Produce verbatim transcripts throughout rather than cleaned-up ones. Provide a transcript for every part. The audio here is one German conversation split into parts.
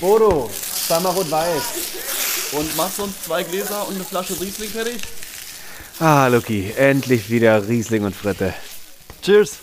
Bodo, zweimal rot-weiß. Und machst du uns zwei Gläser und eine Flasche Riesling fertig? Ah, Luki, endlich wieder Riesling und Fritte. Cheers.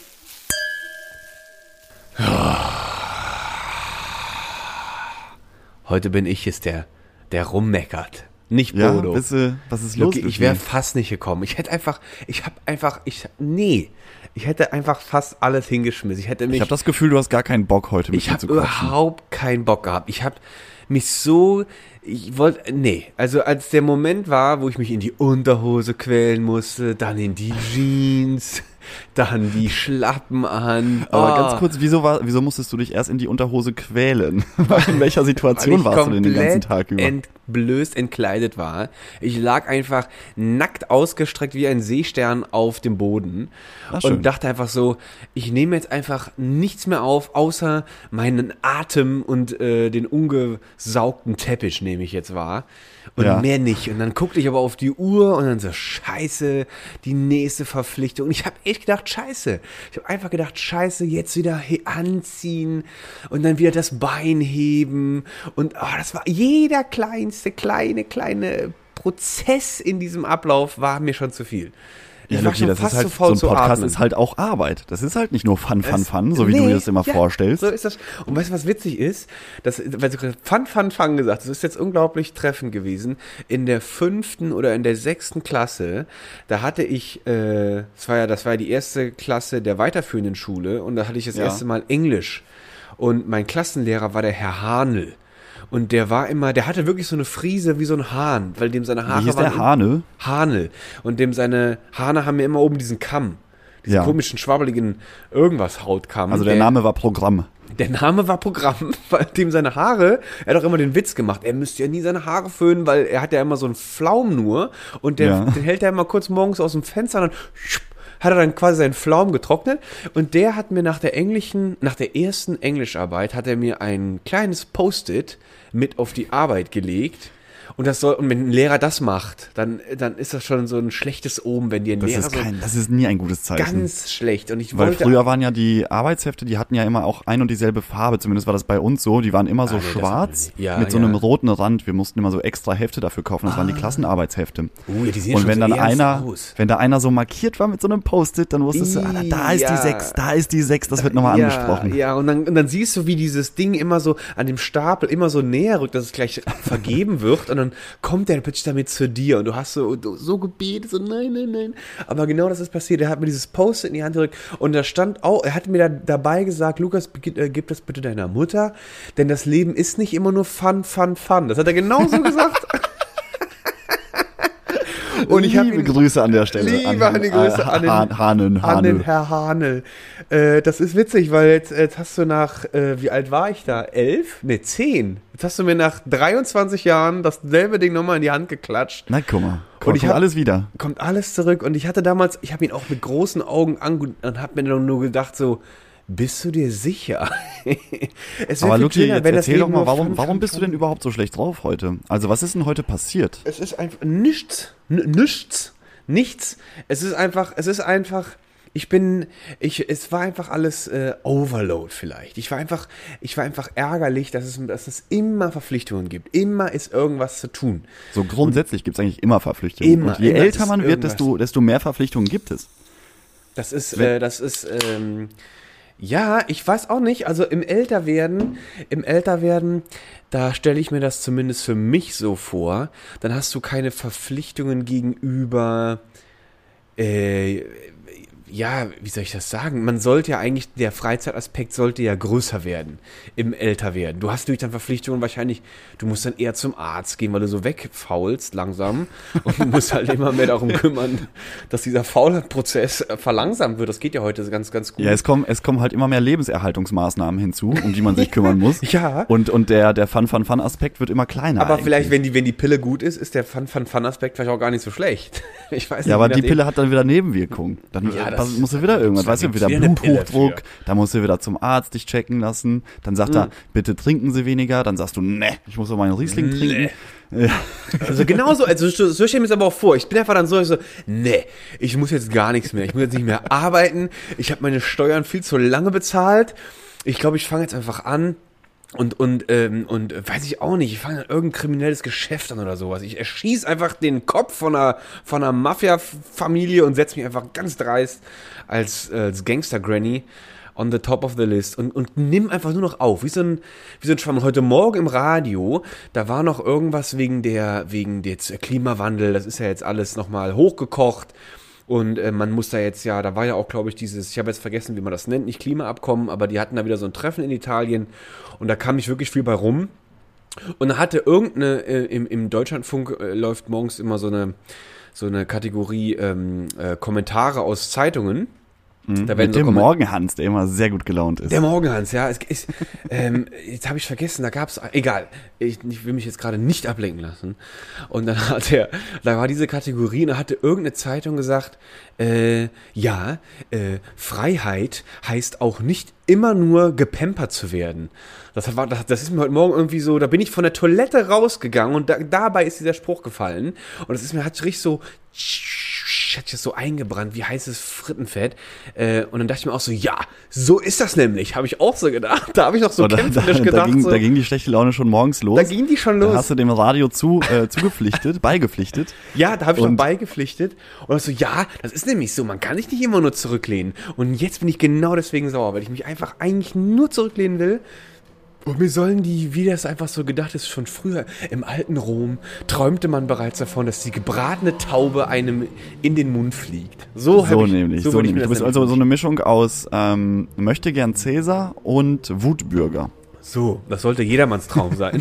Heute bin ich es, der, der rummeckert. Nicht Ja, Bodo. bist du, was ist los? Luki, ich wäre fast nicht gekommen. Ich hätte einfach, ich habe einfach, ich, nee. Ich hätte einfach fast alles hingeschmissen. Ich hätte mich. Ich habe das Gefühl, du hast gar keinen Bock heute mit Ich mir habe zu quatschen. überhaupt keinen Bock gehabt. Ich habe mich so, ich wollte, nee, also als der Moment war, wo ich mich in die Unterhose quälen musste, dann in die Jeans, dann die Schlappen an. Aber Oh, ganz kurz, wieso, war, wieso musstest du dich erst in die Unterhose quälen? In welcher weil Situation ich warst du denn den ganzen komplett Tag über? entblößt entkleidet war. Ich lag einfach nackt ausgestreckt wie ein Seestern auf dem Boden Ach, schön. und dachte einfach so, ich nehme jetzt einfach nichts mehr auf, außer meinen Atem und äh, den ungesaugten Teppich nehme ich jetzt wahr. Und Ja. mehr nicht. Und dann guckte ich aber auf die Uhr und dann so, scheiße, die nächste Verpflichtung. Und ich habe echt gedacht, scheiße. Ich habe einfach gedacht, scheiße, jetzt wieder he- anziehen und dann wieder das Bein heben. Und oh, das war jeder kleinste, kleine, kleine Prozess in diesem Ablauf war mir schon zu viel. Ich Ja, war Luki, schon das fast ist halt, zu faul so ein zu Podcast atmen. ist halt auch Arbeit. Das ist halt nicht nur Fun, Fun, Es- Fun, so wie du Nee, dir das immer ja, vorstellst. So ist das. Und weißt du, was witzig ist? Das, weil du gerade Fun, Fun, Fun gesagt hast, das ist jetzt unglaublich treffend gewesen. In der fünften oder in der sechsten Klasse, da hatte ich, äh, das war ja, das war ja die erste Klasse der weiterführenden Schule und da hatte ich das Ja. erste Mal Englisch. Und mein Klassenlehrer war der Herr Hahnel. Und der war immer, der hatte wirklich so eine Frise wie so ein Hahn, weil dem seine Haare Wie hieß waren der Hane? Hahnel. Und dem seine Hahne haben ja immer oben diesen Kamm. Diesen Ja. komischen, schwabbeligen irgendwas Hautkamm. Also der Name war Programm. Der Name war Programm, weil dem seine Haare, er hat auch immer den Witz gemacht, er müsste ja nie seine Haare föhnen, weil er hat ja immer so einen Pflaum nur und der, Ja. den hält er immer kurz morgens aus dem Fenster und dann schupp, hat er dann quasi seinen Pflaum getrocknet und der hat mir nach der englischen, nach der ersten Englischarbeit hat er mir ein kleines Post-it mit auf die Arbeit gelegt. Und das soll, und wenn ein Lehrer das macht, dann, dann ist das schon so ein schlechtes Omen, wenn dir ein Das Lehrer ist, so kein, das ist nie ein gutes Zeichen. ganz schlecht. Und ich Weil wollte früher waren ja die Arbeitshefte, die hatten ja immer auch ein und dieselbe Farbe, zumindest war das bei uns so, die waren immer so Ah, nee, das schwarz hatten wir nicht. Ja, mit so ja. einem roten Rand. Wir mussten immer so extra Hefte dafür kaufen, das waren die Klassenarbeitshefte. Oh, ja, die sehen Und schon wenn so dann ernst einer, aus. wenn da einer so markiert war mit so einem Post-it, dann wusstest du, ah, da ist Ja. die sechs, da ist die sechs, das wird nochmal ja, angesprochen. Ja, und dann, und dann siehst du, wie dieses Ding immer so an dem Stapel immer so näher rückt, dass es gleich vergeben wird und dann kommt der plötzlich damit zu dir und du hast so, du, so gebetet, so nein, nein, nein. Aber genau das ist passiert. Er hat mir dieses Post-it in die Hand gedrückt und da stand auch, er hat mir da dabei gesagt, Lukas, gib, äh, gib das bitte deiner Mutter, denn das Leben ist nicht immer nur Fun, Fun, Fun. Das hat er genauso gesagt. Und ich habe Liebe Grüße an der Stelle. Liebe an die Grüße an den, Han- Hanen, an den Hanel. Herr Hanel. Äh, das ist witzig, weil jetzt, jetzt hast du nach, äh, wie alt war ich da? Elf? Ne, zehn. Jetzt hast du mir nach dreiundzwanzig Jahren dasselbe Ding nochmal in die Hand geklatscht. Na guck mal, Und kommt ich hab- alles wieder. Kommt alles zurück. Und ich hatte damals, ich habe ihn auch mit großen Augen angeguckt und habe mir dann nur gedacht so, bist du dir sicher? Es wär Aber viel Luki, schöner, jetzt wenn das erzähl doch Leben mal, nur warum, Fun, warum Fun, bist du Fun- denn überhaupt so schlecht drauf heute? Also was ist denn heute passiert? Es ist einfach nichts. N nichts. Nichts. Es ist einfach, es ist einfach, ich bin, ich, es war einfach alles äh, Overload vielleicht. Ich war einfach, ich war einfach ärgerlich, dass es, dass es immer Verpflichtungen gibt. Immer ist irgendwas zu tun. So grundsätzlich gibt es eigentlich immer Verpflichtungen. Immer, Und je immer älter ist man wird, irgendwas. desto, desto mehr Verpflichtungen gibt es. Das ist, Wenn- äh, das ist, ähm, ja, ich weiß auch nicht. Also im Älterwerden, im Älterwerden, da stelle ich mir das zumindest für mich so vor. Dann hast du keine Verpflichtungen gegenüber, äh, ja, wie soll ich das sagen? Man sollte ja eigentlich, der Freizeitaspekt sollte ja größer werden im Älterwerden. Du hast durch dann Verpflichtungen wahrscheinlich, du musst dann eher zum Arzt gehen, weil du so wegfaulst langsam und du musst halt immer mehr darum kümmern, dass dieser Faulprozess verlangsamt wird. Das geht ja heute ganz, ganz gut. Ja, es kommen, es kommen halt immer mehr Lebenserhaltungsmaßnahmen hinzu, um die man sich kümmern muss. Ja. Und, und der, der Fun-Fun-Fun-Aspekt wird immer kleiner. Aber eigentlich. vielleicht, wenn die, wenn die Pille gut ist, ist der Fun-Fun-Fun-Aspekt vielleicht auch gar nicht so schlecht. Ich weiß nicht. Ja, aber je die nachdem. Pille hat dann wieder Nebenwirkungen. Dann Ja, äh, das- musst du wieder irgendwas, da weißt du, gibt's wieder wieder eine Pille Bluthochdruck, für. da musst du wieder zum Arzt dich checken lassen, dann sagt er, bitte trinken Sie weniger, dann sagst du, ne, ich muss doch meinen Riesling trinken. Ja. Also genauso, also so so stelle ich mir das aber auch vor. Ich bin einfach dann so, ich so, nee, ich muss jetzt gar nichts mehr. Ich muss jetzt nicht mehr arbeiten. Ich habe meine Steuern viel zu lange bezahlt. Ich glaube, ich fange jetzt einfach an, Und, und, ähm, und äh, weiß ich auch nicht, ich fange irgendein kriminelles Geschäft an oder sowas. Ich erschieß einfach den Kopf von einer, von einer Mafia-Familie und setze mich einfach ganz dreist als, äh, als Gangster-Granny on the top of the list und, und nimm einfach nur noch auf, wie so ein, wie so ein Schwamm. Und heute Morgen im Radio, da war noch irgendwas wegen der, wegen des Klimawandel, das ist ja jetzt alles nochmal hochgekocht. Und äh, man muss da jetzt ja, da war ja auch, glaube ich, dieses, ich habe jetzt vergessen, wie man das nennt, nicht Klimaabkommen, aber die hatten da wieder so ein Treffen in Italien und da kam nicht wirklich viel bei rum. Und da hatte irgendeine, äh, im, im Deutschlandfunk äh, läuft morgens immer so eine, so eine Kategorie ähm, äh, Kommentare aus Zeitungen. Mhm. Da werden Mit so dem Kommen- Morgenhans, der immer sehr gut gelaunt ist. Der Morgenhans, ja. Es ist, ähm, jetzt habe ich vergessen, da gab's, egal, ich, ich will mich jetzt gerade nicht ablenken lassen. Und dann hat er, da war diese Kategorie und da hatte irgendeine Zeitung gesagt, äh, ja, äh, Freiheit heißt auch nicht immer nur gepampert zu werden. Das, war, das, das ist mir heute Morgen irgendwie so, da bin ich von der Toilette rausgegangen und da, dabei ist dieser Spruch gefallen. Und das ist mir, hat richtig so, hat sich das so eingebrannt, wie heißes Frittenfett. Äh, und dann dachte ich mir auch so, ja, so ist das nämlich, habe ich auch so gedacht. Da habe ich noch so oh, da, kämpferisch da, gedacht. Da ging, so, da ging die schlechte Laune schon morgens los. da ging die schon los. Da hast du dem Radio zu, äh, zugepflichtet, beigepflichtet. Ja, da habe ich Und- noch beigepflichtet. Und ich so, ja, das ist nämlich so, man kann sich nicht immer nur zurücklehnen. Und jetzt bin ich genau deswegen sauer, weil ich mich einfach eigentlich nur zurücklehnen will. Und mir sollen die, wie das einfach so gedacht ist, schon früher im alten Rom träumte man bereits davon, dass die gebratene Taube einem in den Mund fliegt. So, hab So ich, nämlich, so, würde ich mir nämlich. Du das bist also so eine Mischung aus ähm, Möchtegern Cäsar und Wutbürger. So, das sollte jedermanns Traum sein.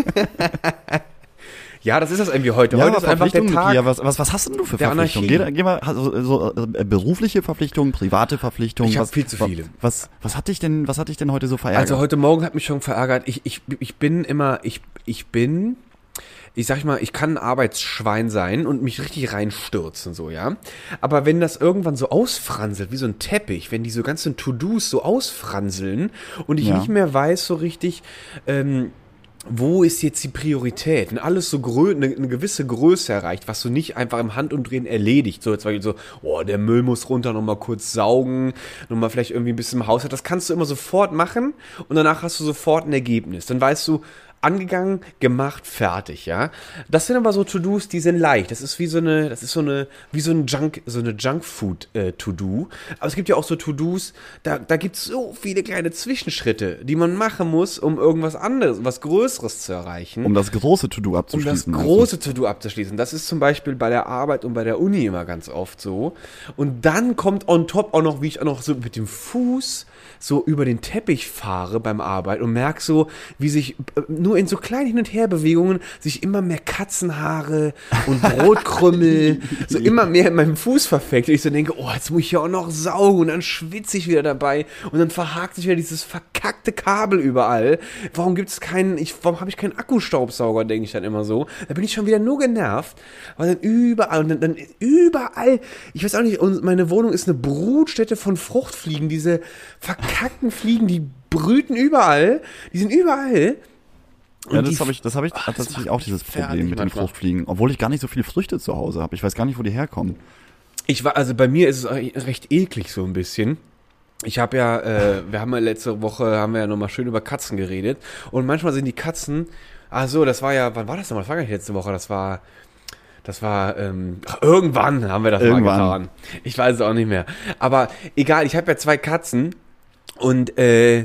Ja, das ist das irgendwie heute. Ja, heute aber ist einfach der Verpflichtungen, Tag. ja, was, was, was hast denn du für der Verpflichtungen? Anarchie. Geh, da- geh mal, also, so, äh, berufliche Verpflichtungen, private Verpflichtungen. Ich hab was- viel zu viele. Was, was hat dich denn, was hat dich denn heute so verärgert? Also heute Morgen hat mich schon verärgert. Ich, ich, ich bin immer, ich, ich bin, ich sag mal, ich kann ein Arbeitsschwein sein und mich richtig reinstürzen, so, ja. Aber wenn das irgendwann so ausfranselt, wie so ein Teppich, wenn die so ganzen To-Dos so ausfranseln und ich Ja. nicht mehr weiß so richtig, ähm, wo ist jetzt die Priorität? Wenn alles so grö eine, eine gewisse Größe erreicht, was du nicht einfach im Handumdrehen erledigt, so jetzt war so, oh, der Müll muss runter, nochmal kurz saugen, nochmal vielleicht irgendwie ein bisschen im Haushalt, das kannst du immer sofort machen und danach hast du sofort ein Ergebnis. Dann weißt du, angegangen, gemacht, fertig, ja. Das sind aber so To-Dos, die sind leicht. Das ist wie so eine, das ist so eine, wie so ein Junk, so eine Junkfood-To-Do. Aber es gibt ja auch so To-Dos, da, da gibt es so viele kleine Zwischenschritte, die man machen muss, um irgendwas anderes, was Größeres zu erreichen. um das große To-Do Um das abzuschließen. meinst große To-Do abzuschließen. Das ist zum Beispiel bei der Arbeit und bei der Uni immer ganz oft so. Und dann kommt on top auch noch, wie ich auch noch so mit dem Fuß so über den Teppich fahre beim Arbeiten und merke so, wie sich äh, nur in so kleinen Hin- und Herbewegungen sich immer mehr Katzenhaare und Brotkrümmel so immer mehr in meinem Fuß verfängt. Und ich so denke, oh, jetzt muss ich ja auch noch saugen und dann schwitze ich wieder dabei und dann verhakt sich wieder dieses verkackte Kabel überall. Warum gibt es keinen, ich, warum habe ich keinen Akkustaubsauger, denke ich dann immer so. Da bin ich schon wieder nur genervt, weil dann überall, und dann, dann überall, ich weiß auch nicht, und meine Wohnung ist eine Brutstätte von Fruchtfliegen, diese verkackten Fliegen, die brüten überall, die sind überall. du? Ja, Und das die- habe ich, das habe ich Ach, das tatsächlich macht auch mich dieses fertig Problem mit den manchmal. Fruchtfliegen, obwohl ich gar nicht so viele Früchte zu Hause habe. Ich weiß gar nicht, wo die herkommen. Ich war, also bei mir ist es recht eklig so ein bisschen. Ich habe ja, äh, wir haben ja letzte Woche, haben wir ja nochmal schön über Katzen geredet. Und manchmal sind die Katzen, ach so, das war ja, wann war das nochmal? Das war gar nicht letzte Woche, das war, das war, ähm, ach, irgendwann haben wir das Irgendwann. mal getan. Ich weiß es auch nicht mehr. Aber egal, ich habe ja zwei Katzen und, äh,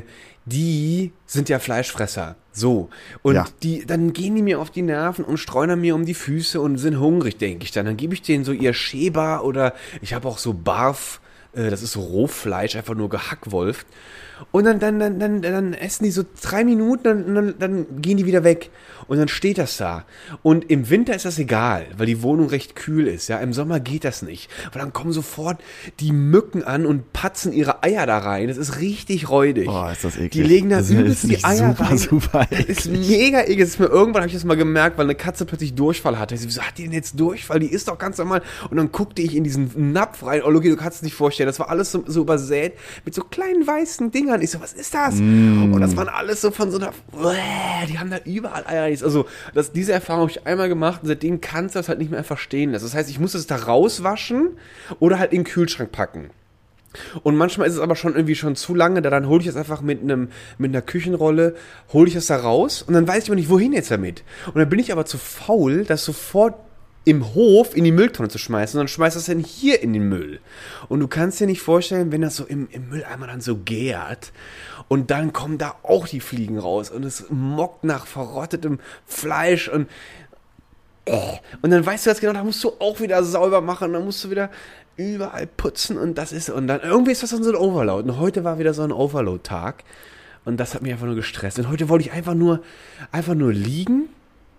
die sind ja Fleischfresser. So. Und Ja. die, dann gehen die mir auf die Nerven und streunern mir um die Füße und sind hungrig, denke ich dann. Dann gebe ich denen so ihr Sheba oder ich habe auch so Barf, äh, das ist so Rohfleisch, einfach nur gehackwolft. Und dann, dann, dann, dann, dann essen die so drei Minuten und dann, dann gehen die wieder weg. Und dann steht das da. Und im Winter ist das egal, weil die Wohnung recht kühl ist. Ja, im Sommer geht das nicht. Weil dann kommen sofort die Mücken an und patzen ihre Eier da rein. Das ist richtig räudig. Boah, ist das eklig. Die legen da Das ist übelst die nicht Eier super, rein. super Das ist mega eklig. Das ist mir, irgendwann habe ich das mal gemerkt, weil eine Katze plötzlich Durchfall hatte. Ich so, wieso hat die denn jetzt Durchfall? Die ist doch ganz normal. Und dann guckte ich in diesen Napf rein. Oh, Loki, du kannst es nicht vorstellen. Das war alles so, so übersät mit so kleinen weißen Dingern. Ich so, was ist das? Mm. Und das waren alles so von so einer, die haben da überall Eier. Also, das, diese Erfahrung habe ich einmal gemacht und seitdem kannst du das halt nicht mehr einfach stehen lassen. Das heißt, ich muss es da rauswaschen oder halt in den Kühlschrank packen. Und manchmal ist es aber schon irgendwie schon zu lange, da dann hole ich das einfach mit einem mit einer Küchenrolle, hole ich das da raus und dann weiß ich aber nicht, wohin jetzt damit. Und dann bin ich aber zu faul, das sofort im Hof in die Mülltonne zu schmeißen, sondern schmeiß das dann hier in den Müll. Und du kannst dir nicht vorstellen, wenn das so im, im Mülleimer dann so gärt und dann kommen da auch die Fliegen raus und es mockt nach verrottetem Fleisch und äh. Und dann weißt du jetzt genau, da musst du auch wieder sauber machen, dann musst du wieder überall putzen und das ist, und dann irgendwie ist das dann so ein Overload. Und heute war wieder so ein Overload-Tag und das hat mich einfach nur gestresst. Und heute wollte ich einfach nur, einfach nur liegen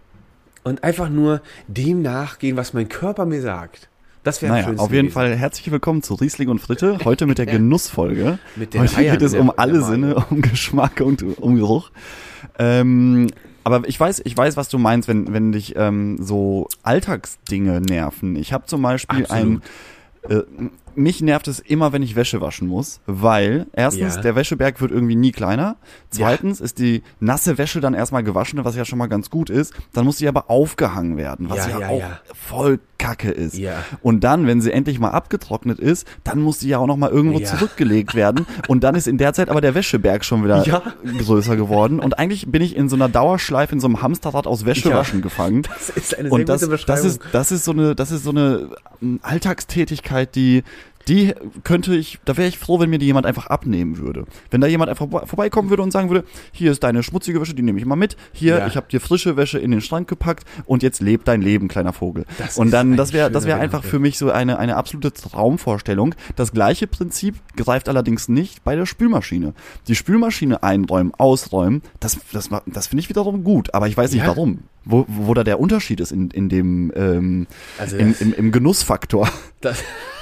und einfach nur dem nachgehen, was mein Körper mir sagt. Das wäre naja, auf jeden gewesen. Fall herzlich willkommen zu Riesling und Fritte. Heute mit der Genussfolge. Mit den Heute Eiern geht es um alle Sinne, um Geschmack und um Geruch. Ähm, aber ich weiß, ich weiß, was du meinst, wenn, wenn dich ähm, so Alltagsdinge nerven. Ich habe zum Beispiel Absolut. ein Äh, mich nervt es immer, wenn ich Wäsche waschen muss, weil erstens, Ja. der Wäscheberg wird irgendwie nie kleiner. Zweitens ja. ist die nasse Wäsche dann erstmal gewaschen, was ja schon mal ganz gut ist. Dann muss die aber aufgehangen werden, was ja, Ja, ja ja, auch ja. voll Kacke ist. Ja. Und dann, wenn sie endlich mal abgetrocknet ist, dann muss die ja auch noch mal irgendwo Ja. zurückgelegt werden. Und dann ist in der Zeit aber der Wäscheberg schon wieder Ja. größer geworden. Und eigentlich bin ich in so einer Dauerschleife, in so einem Hamsterrad aus Wäschewaschen Ja. gefangen. Das ist eine sehr Und das, gute das Beschreibung. ist, das ist so eine, das ist so eine ähm, Alltagstätigkeit, die, die könnte ich, da wäre ich froh, wenn mir die jemand einfach abnehmen würde. Wenn da jemand einfach vorbeikommen würde und sagen würde, hier ist deine schmutzige Wäsche, die nehme ich mal mit. Hier, Ja. ich habe dir frische Wäsche in den Schrank gepackt und jetzt lebt dein Leben, kleiner Vogel. Das und ist dann, ein das wäre, das wäre schöner einfach Gedanke. für mich so eine, eine absolute Traumvorstellung. Das gleiche Prinzip greift allerdings nicht bei der Spülmaschine. Die Spülmaschine einräumen, ausräumen, das, das, das finde ich wiederum gut, aber ich weiß nicht Ja. warum. Wo, wo da der Unterschied ist in, in dem, ähm, Also in, das- im, im Genussfaktor. Das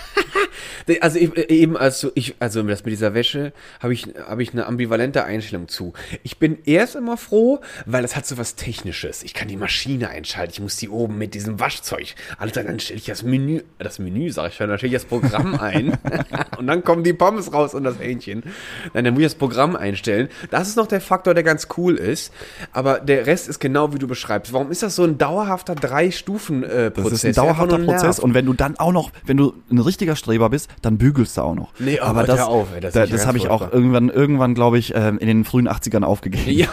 also ich, eben also ich also das mit dieser Wäsche habe ich habe ich eine ambivalente Einstellung zu. Ich bin erst immer froh, weil das hat so was Technisches. Ich kann die Maschine einschalten. Ich muss die oben mit diesem Waschzeug. Alter, dann stelle ich das Menü, das Menü sage ich schon, dann stelle ich das Programm ein und dann kommen die Pommes raus und das Hähnchen. Nein, dann muss ich das Programm einstellen. Das ist noch der Faktor, der ganz cool ist. Aber der Rest ist genau wie du beschreibst. Warum ist das so ein dauerhafter drei Stufen äh, Prozess? Das ist ein dauerhafter Der einfach nur Prozess nervt. und wenn du dann auch noch, wenn du ein richtiger Streber bist, dann bügelst du auch noch. Nee, aber aber hört das, ja auf, ey, das da, ist ja das ganz habe ich auch furchtbar. irgendwann, irgendwann glaube ich, ähm, in den frühen achtzigern aufgegeben. Ja.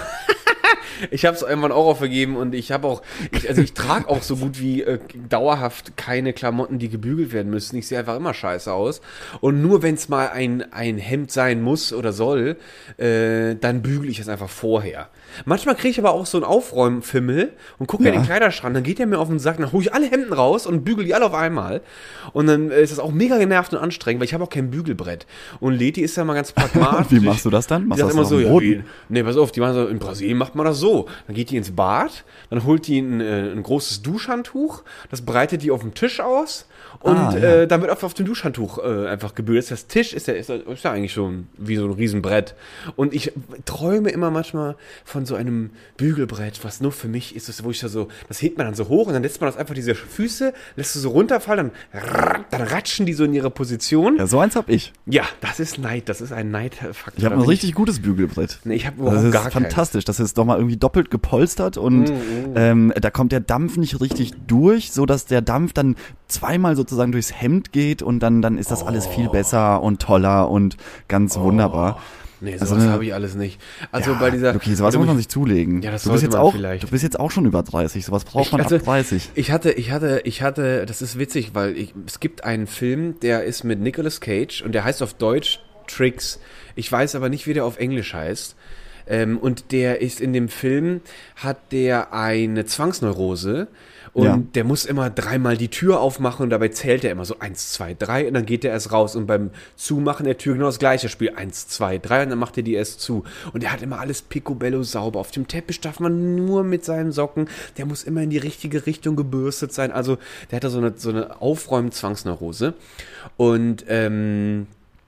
Ich habe es irgendwann auch aufgegeben und ich habe auch, ich, also ich trage auch so gut wie äh, dauerhaft keine Klamotten, die gebügelt werden müssen. Ich sehe einfach immer scheiße aus. Und nur wenn es mal ein, ein Hemd sein muss oder soll, äh, dann bügele ich es einfach vorher. Manchmal kriege ich aber auch so einen Aufräumfimmel und gucke Ja. in den Kleiderschrank, dann geht der mir auf den Sack, dann hole ich alle Hemden raus und bügel die alle auf einmal. Und dann äh, ist das auch mega genervt und anstrengend, weil ich habe auch kein Bügelbrett. Und Leti ist ja mal ganz pragmatisch. Wie machst du das dann? Die Machst sagt du immer das so, auf dem ja, Boden? wie, nee, pass auf, die machen so, in Brasilien macht man das so. Dann geht die ins Bad, dann holt die ein, äh, ein großes Duschhandtuch, das breitet die auf dem Tisch aus und Ah, ja. äh, dann wird auf, auf dem Duschhandtuch äh, einfach gebügelt. Das Tisch ist ja, ist, ja, ist ja eigentlich schon wie so ein Riesenbrett. Und ich träume immer manchmal von so einem Bügelbrett, was nur für mich ist, das, wo ich da so, das hebt man dann so hoch und dann lässt man das einfach diese Füße, lässt du so runterfallen, dann, dann ratschen die so in ihre Position. Ja, so eins hab ich. Ja, das ist Neid, das ist ein Neidfaktor. Ich habe Da ein bin richtig gutes Bügelbrett. Nee, ich habe Das überhaupt ist gar keinen. fantastisch. Das ist doch mal irgendwie doppelt gepolstert und Mm, ähm, da kommt der Dampf nicht richtig durch, so dass der Dampf dann zweimal sozusagen durchs Hemd geht und dann dann ist das alles viel besser und toller und ganz wunderbar. Nee, Also sowas eine- habe ich alles nicht. Also Ja, bei dieser. okay, sowas du muss man mich- sich zulegen. Ja, das du bist sollte jetzt man auch, vielleicht. Du bist jetzt auch schon über dreißig. Sowas braucht man also, ab dreißig. Ich hatte, ich hatte, ich hatte, das ist witzig, weil ich, es gibt einen Film, der ist mit Nicolas Cage und der heißt auf Deutsch Tricks. Ich weiß aber nicht, wie der auf Englisch heißt. Ähm, und der ist in dem Film, hat der eine Zwangsneurose und Ja. der muss immer dreimal die Tür aufmachen und dabei zählt er immer so eins, zwei, drei und dann geht er erst raus und beim Zumachen der Tür genau das gleiche Spiel, eins, zwei, drei und dann macht er die erst zu. Und er hat immer alles picobello sauber. Auf dem Teppich darf man nur mit seinen Socken, der muss immer in die richtige Richtung gebürstet sein. Also der hat da so eine, so eine Aufräumen-Zwangsneurose und ähm,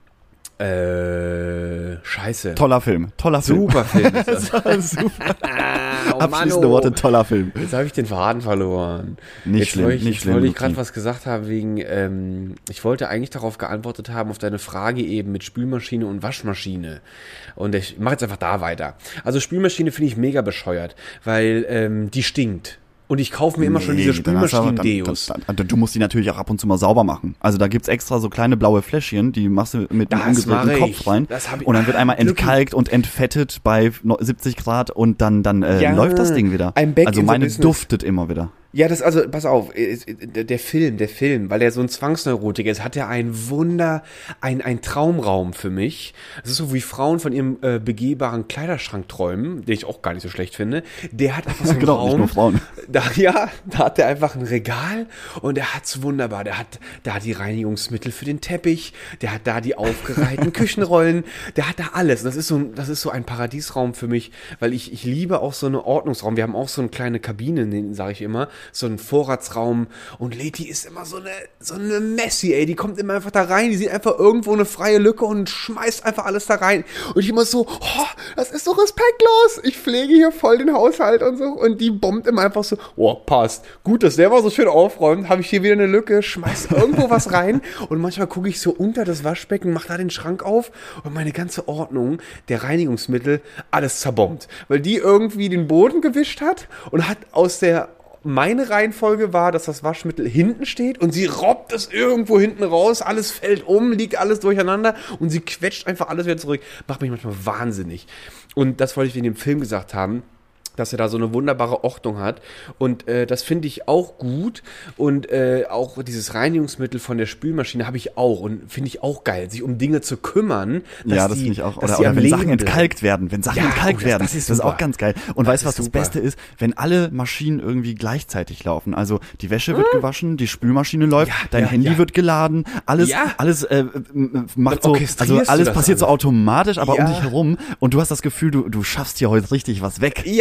Äh, scheiße. Toller Film. Toller Film. Super Film ist das. Super. oh, Abschließende Mann, oh. Worte, toller Film. Jetzt habe ich den Faden verloren. Nicht jetzt schlimm, wollte ich, nicht jetzt schlimm, wollte ich Luki. gerade was gesagt haben wegen, ähm, ich wollte eigentlich darauf geantwortet haben, auf deine Frage eben mit Spülmaschine und Waschmaschine. Und ich mache jetzt einfach da weiter. Also Spülmaschine finde ich mega bescheuert, weil ähm, die stinkt. Und ich kaufe mir immer schon diese dann hast du aber- Spülmaschinen-Deos. dann- dann- dann- Du musst die natürlich auch ab und zu mal sauber machen. Also da gibt's extra so kleine blaue Fläschchen, die machst du mit einem Das mach umgedrehten ich. Kopf rein. Das hab ich- Und dann wird Ah, einmal Glücki. entkalkt und entfettet bei no- siebzig Grad und dann, dann äh, Ja, läuft das Ding wieder. ein Back also in the meine business. duftet immer wieder. Ja, das, also, pass auf, äh, der der Film, der Film, weil er so ein Zwangsneurotiker ist, hat er ein Wunder, ein, ein Traumraum für mich. Das ist so, wie Frauen von ihrem äh, begehbaren Kleiderschrank träumen, den ich auch gar nicht so schlecht finde. Der hat einfach so einen Genau, Raum. nicht nur Frauen. Da, ja, da hat er einfach ein Regal und der hat's wunderbar. Der hat da die Reinigungsmittel für den Teppich, der hat da die aufgereihten Küchenrollen, der hat da alles. Das ist so, ein- das ist so ein Paradiesraum für mich, weil ich, ich liebe auch so eine Ordnungsraum. Wir haben auch so eine kleine Kabine, den sage ich immer, so einen Vorratsraum. Und Leti ist immer so eine, so eine Messi, ey. Die kommt immer einfach da rein, die sieht einfach irgendwo eine freie Lücke und schmeißt einfach alles da rein. Und ich immer so, oh, das ist so respektlos. Ich pflege hier voll den Haushalt und so. Und die bombt immer einfach so, oh, passt. Gut, dass der mal so schön aufräumt, habe ich hier wieder eine Lücke, schmeiß irgendwo was rein. Und manchmal gucke ich so unter das Waschbecken, mach da den Schrank auf und meine ganze Ordnung der Reinigungsmittel, alles zerbombt. Weil die irgendwie den Boden gewischt hat und hat aus der meine Reihenfolge war, dass das Waschmittel hinten steht und sie robbt es irgendwo hinten raus, alles fällt um, liegt alles durcheinander und sie quetscht einfach alles wieder zurück. Macht mich manchmal wahnsinnig. Und das wollte ich in dem Film gesagt haben, dass er da so eine wunderbare Ordnung hat. Und äh, das finde ich auch gut. Und äh, auch dieses Reinigungsmittel von der Spülmaschine habe ich auch. Und finde ich auch geil, sich um Dinge zu kümmern. Dass Ja, das die- finde ich auch. dass Oder, die oder am wenn Leben Sachen bleiben. entkalkt werden. Wenn Sachen Ja, entkalkt oh, das- werden. das ist das ist super. auch ganz geil. Und Das weißt du, was ist das super. Beste ist? Wenn alle Maschinen irgendwie gleichzeitig laufen. Also die Wäsche wird gewaschen, die Spülmaschine läuft, Ja, dein ja, Handy ja. wird geladen, alles, Ja. alles äh, m- macht Dann so, orchestrierst also du alles das passiert so alles. automatisch, aber um Ja. dich herum. Und du hast das Gefühl, du, du schaffst hier heute richtig was weg. Ja.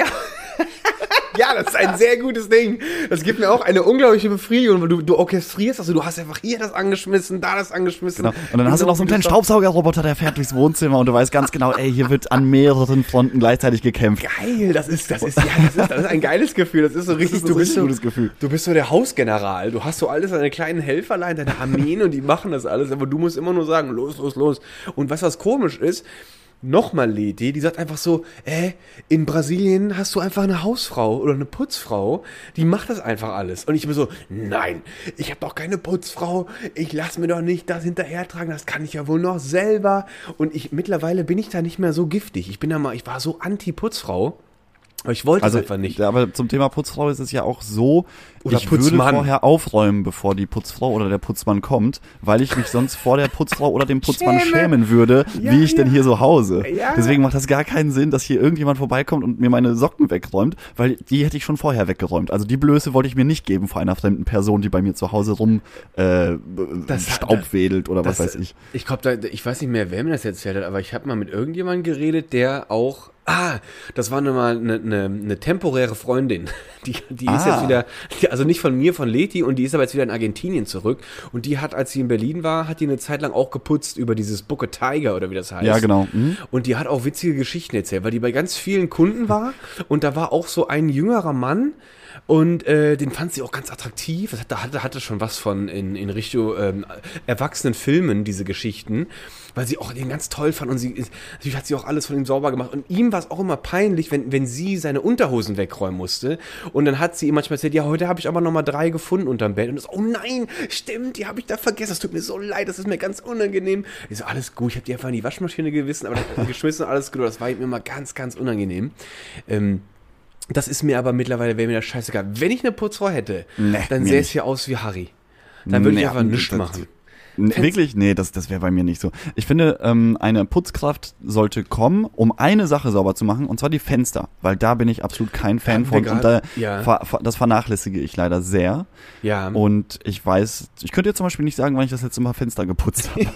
Ja, das ist ein sehr gutes Ding. Das gibt mir auch eine unglaubliche Befriedigung, weil du, du orchestrierst, also du hast einfach hier das angeschmissen, da das angeschmissen. Genau. Und dann hast du noch so einen kleinen Staubsaugerroboter, der fährt durchs Wohnzimmer und du weißt ganz genau, ey, hier wird an mehreren Fronten gleichzeitig gekämpft. Geil, das ist, das ist, ja, das ist, das ist ein geiles Gefühl. Das ist so richtig, ist ein du bist richtig so, gutes Gefühl. du bist so der Hausgeneral. Du hast so alles deine kleinen Helferlein, deine Armeen und die machen das alles, aber du musst immer nur sagen, los, los, los. Und was was komisch ist, nochmal Leti, die sagt einfach so, äh, in Brasilien hast du einfach eine Hausfrau oder eine Putzfrau, die macht das einfach alles. Und ich bin so, nein, ich habe doch keine Putzfrau, ich lass mir doch nicht das hinterhertragen, das kann ich ja wohl noch selber. Und ich, mittlerweile bin ich da nicht mehr so giftig. Ich bin da mal, ich war so anti-Putzfrau, aber ich wollte Also, es einfach nicht. ja, aber zum Thema Putzfrau ist es ja auch so, Oder ich würde Putzmann. vorher aufräumen, bevor die Putzfrau oder der Putzmann kommt, weil ich mich sonst vor der Putzfrau oder dem Putzmann Schäme. schämen würde, Ja, wie ich denn ja. hier so hause. Ja. Deswegen macht das gar keinen Sinn, dass hier irgendjemand vorbeikommt und mir meine Socken wegräumt, weil die hätte ich schon vorher weggeräumt. Also die Blöße wollte ich mir nicht geben vor einer fremden Person, die bei mir zu Hause rum äh, Das hat- Staub wedelt oder was Das- weiß ich. Ich glaube, ich weiß nicht mehr, wer mir das erzählt hat, aber ich habe mal mit irgendjemandem geredet, der auch. Ah, das war nun mal eine, eine, eine temporäre Freundin. Die, die ist Ah. jetzt wieder, die, also nicht von mir, von Leti, und die ist aber jetzt wieder in Argentinien zurück. Und die hat, als sie in Berlin war, hat die eine Zeit lang auch geputzt über dieses Book a Tiger oder wie das heißt. Ja, genau. Mhm. Und die hat auch witzige Geschichten erzählt, weil die bei ganz vielen Kunden war und da war auch so ein jüngerer Mann und äh, den fand sie auch ganz attraktiv. Das hatte, hatte, hatte schon was von in, in Richtung ähm, erwachsenen Filmen, diese Geschichten, weil sie auch den ganz toll fand und sie ist- natürlich hat sie auch alles von ihm sauber gemacht und ihm war es auch immer peinlich, wenn, wenn sie seine Unterhosen wegräumen musste und dann hat sie ihm manchmal erzählt, ja, heute habe ich aber noch mal drei gefunden unterm Bett und das, oh nein, stimmt, die habe ich da vergessen, das tut mir so leid, das ist mir ganz unangenehm. Ich so, alles gut, ich habe die einfach in die Waschmaschine gewissen, aber geschmissen, alles gut, das war ihm immer ganz, ganz unangenehm. Ähm, Das ist mir aber mittlerweile, wäre mir das scheißegal. Wenn ich eine Putzfrau hätte, Nee, dann mir sähe es nicht. hier aus wie Harry. Dann würde ich Nee, einfach nichts das- machen. Nee, wirklich? Nee, das, das wäre bei mir nicht so. Ich finde, ähm, eine Putzkraft sollte kommen, um eine Sache sauber zu machen, und zwar die Fenster. Weil da bin ich absolut kein Fan Hatten wir von. Und da, grad- ja. ver, ver, das vernachlässige ich leider sehr. Ja, Und ich weiß, ich könnte jetzt zum Beispiel nicht sagen, wann ich das letzte Mal Fenster geputzt habe.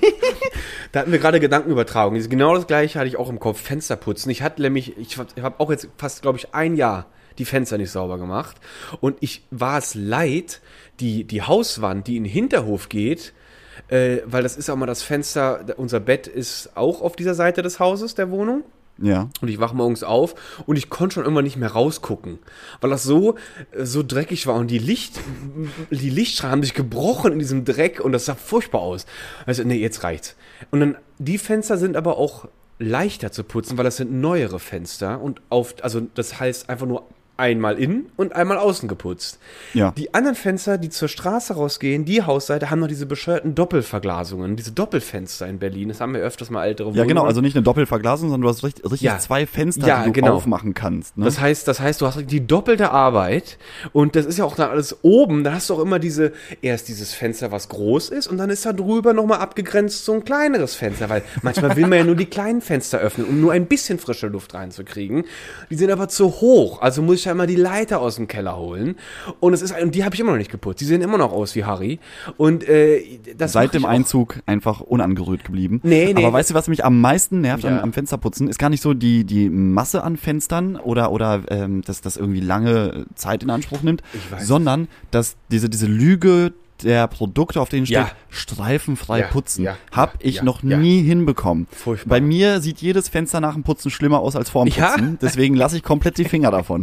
da hatten wir gerade Gedankenübertragung. Das ist genau das gleiche hatte ich auch im Kopf. Fenster putzen. Ich hatte nämlich, ich habe auch jetzt fast, glaube ich, ein Jahr die Fenster nicht sauber gemacht. Und ich war es leid, die, die Hauswand, die in den Hinterhof geht, äh, weil das ist auch mal das Fenster, unser Bett ist auch auf dieser Seite des Hauses, der Wohnung. Ja. Und ich wach morgens auf und ich konnte schon irgendwann nicht mehr rausgucken, weil das so so dreckig war und die Licht die Lichtstrahlen haben sich gebrochen in diesem Dreck und das sah furchtbar aus. Also nee, jetzt reicht's. Und dann die Fenster sind aber auch leichter zu putzen, weil das sind neuere Fenster und auf also das heißt einfach nur einmal innen und einmal außen geputzt. Ja. Die anderen Fenster, die zur Straße rausgehen, die Hausseite, haben noch diese bescheuerten Doppelverglasungen, diese Doppelfenster in Berlin. Das haben wir öfters mal ältere Ja, genau, also nicht eine Doppelverglasung, sondern du hast richtig, richtig Ja. zwei Fenster, Ja, die du genau. aufmachen kannst. Ne? Das heißt, das heißt, du hast die doppelte Arbeit und das ist ja auch dann alles oben, da hast du auch immer diese, erst dieses Fenster, was groß ist und dann ist da drüber nochmal abgegrenzt so ein kleineres Fenster, weil manchmal will man ja nur die kleinen Fenster öffnen, um nur ein bisschen frische Luft reinzukriegen. Die sind aber zu hoch, also muss ich ja immer die Leiter aus dem Keller holen und es ist, und die habe ich immer noch nicht geputzt, die sehen immer noch aus wie Harry und äh, das Seit mach dem ich auch- Einzug einfach unangerührt geblieben. Nee, nee. Aber weißt du, was mich am meisten nervt Ja. am, am Fensterputzen? Ist gar nicht so die, die Masse an Fenstern oder, oder ähm, dass das irgendwie lange Zeit in Anspruch nimmt, Ich weiß. sondern dass diese, diese Lüge der Produkte, auf denen steht, Ja. streifenfrei Ja, putzen, ja, hab ja, ich ja, noch ja. nie hinbekommen. Furchtbar. Bei mir sieht jedes Fenster nach dem Putzen schlimmer aus als vor dem Ja? Putzen. Deswegen lasse ich komplett die Finger davon.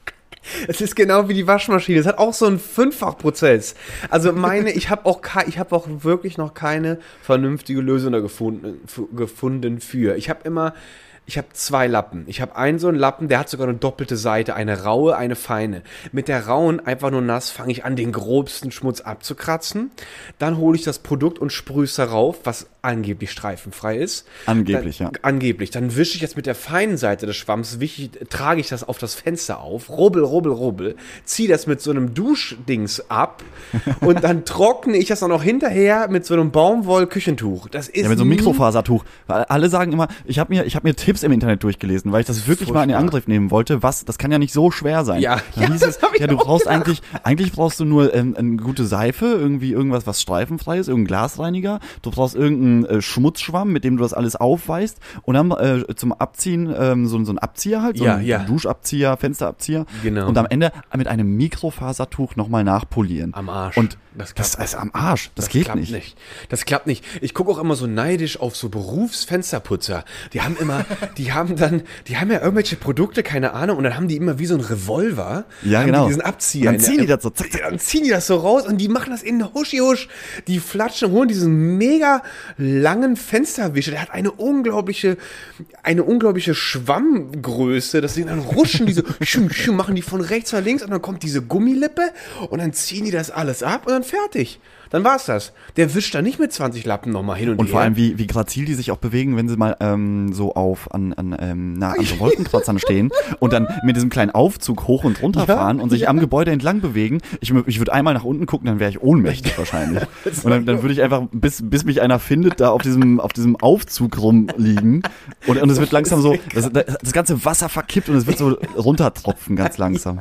Es ist genau wie die Waschmaschine. Es hat auch so einen Fünffachprozess. Also meine, ich habe auch, ke- ich habe auch wirklich noch keine vernünftige Lösung da gefunden, f- gefunden für. Ich habe immer, ich habe zwei Lappen. Ich habe einen so einen Lappen, der hat sogar eine doppelte Seite, eine raue, eine feine. Mit der rauen, einfach nur nass, fange ich an, den grobsten Schmutz abzukratzen. Dann hole ich das Produkt und sprühe es darauf, was angeblich streifenfrei ist. Angeblich, dann, ja. Angeblich. Dann wische ich jetzt mit der feinen Seite des Schwamms, wisch ich, trage ich das auf das Fenster auf, rubbel, rubbel, rubbel, ziehe das mit so einem Duschdings ab und dann trockne ich das dann noch hinterher mit so einem Baumwoll-Küchentuch. Das ist Ja, mit so einem nie- Mikrofasertuch. Weil alle sagen immer, ich habe mir, ich hab mir Tipps im Internet durchgelesen, weil ich das wirklich mal in den Furchtbar. Angriff nehmen wollte. Was, das kann ja nicht so schwer sein. Ja, Dann ja, hieß das es, hab ich ja, du auch brauchst gedacht. eigentlich, eigentlich brauchst du nur ähm, eine gute Seife, irgendwie irgendwas, was streifenfrei ist, irgendein Glasreiniger. Du brauchst irgendeinen äh, Schmutzschwamm, mit dem du das alles aufweißt. Und dann äh, zum Abziehen ähm, so, so ein Abzieher halt, so Ja, ein ja. Duschabzieher, Fensterabzieher. Genau. Und am Ende mit einem Mikrofasertuch nochmal nachpolieren. Am Arsch. Und Das das, klappt ist am Arsch. Das, geht klappt nicht. Das klappt nicht. Ich gucke auch immer so neidisch auf so Berufsfensterputzer. Die haben immer, die haben dann, die haben ja irgendwelche Produkte, keine Ahnung, und dann haben die immer wie so ein Revolver. Ja, haben genau. Die diesen Abzieher. Und dann in ziehen der- die das so, zack, zack. Dann ziehen die das so raus und die machen das in Huschi-Husch. Die flatschen, holen diesen mega langen Fensterwischer. Der hat eine unglaubliche, eine unglaubliche Schwammgröße. Das sind dann ruschen diese, schum, schum, machen die von rechts nach links und dann kommt diese Gummilippe und dann ziehen die das alles ab und dann fertig. Dann war's das. Der wischt da nicht mit zwanzig Lappen nochmal hin und, Und her. vor allem, wie, wie grazil die sich auch bewegen, wenn sie mal ähm, so auf an, an, ähm, na, an so Wolkenkratzern stehen und dann mit diesem kleinen Aufzug hoch und runter Ja, fahren und sich ja. am Gebäude entlang bewegen. Ich, ich würde einmal nach unten gucken, dann wäre ich ohnmächtig wahrscheinlich. Und dann, dann würde ich einfach, bis, bis mich einer findet, da auf diesem, auf diesem Aufzug rumliegen. Und, und es wird langsam so, das, das ganze Wasser verkippt und es wird so runtertropfen, ganz langsam.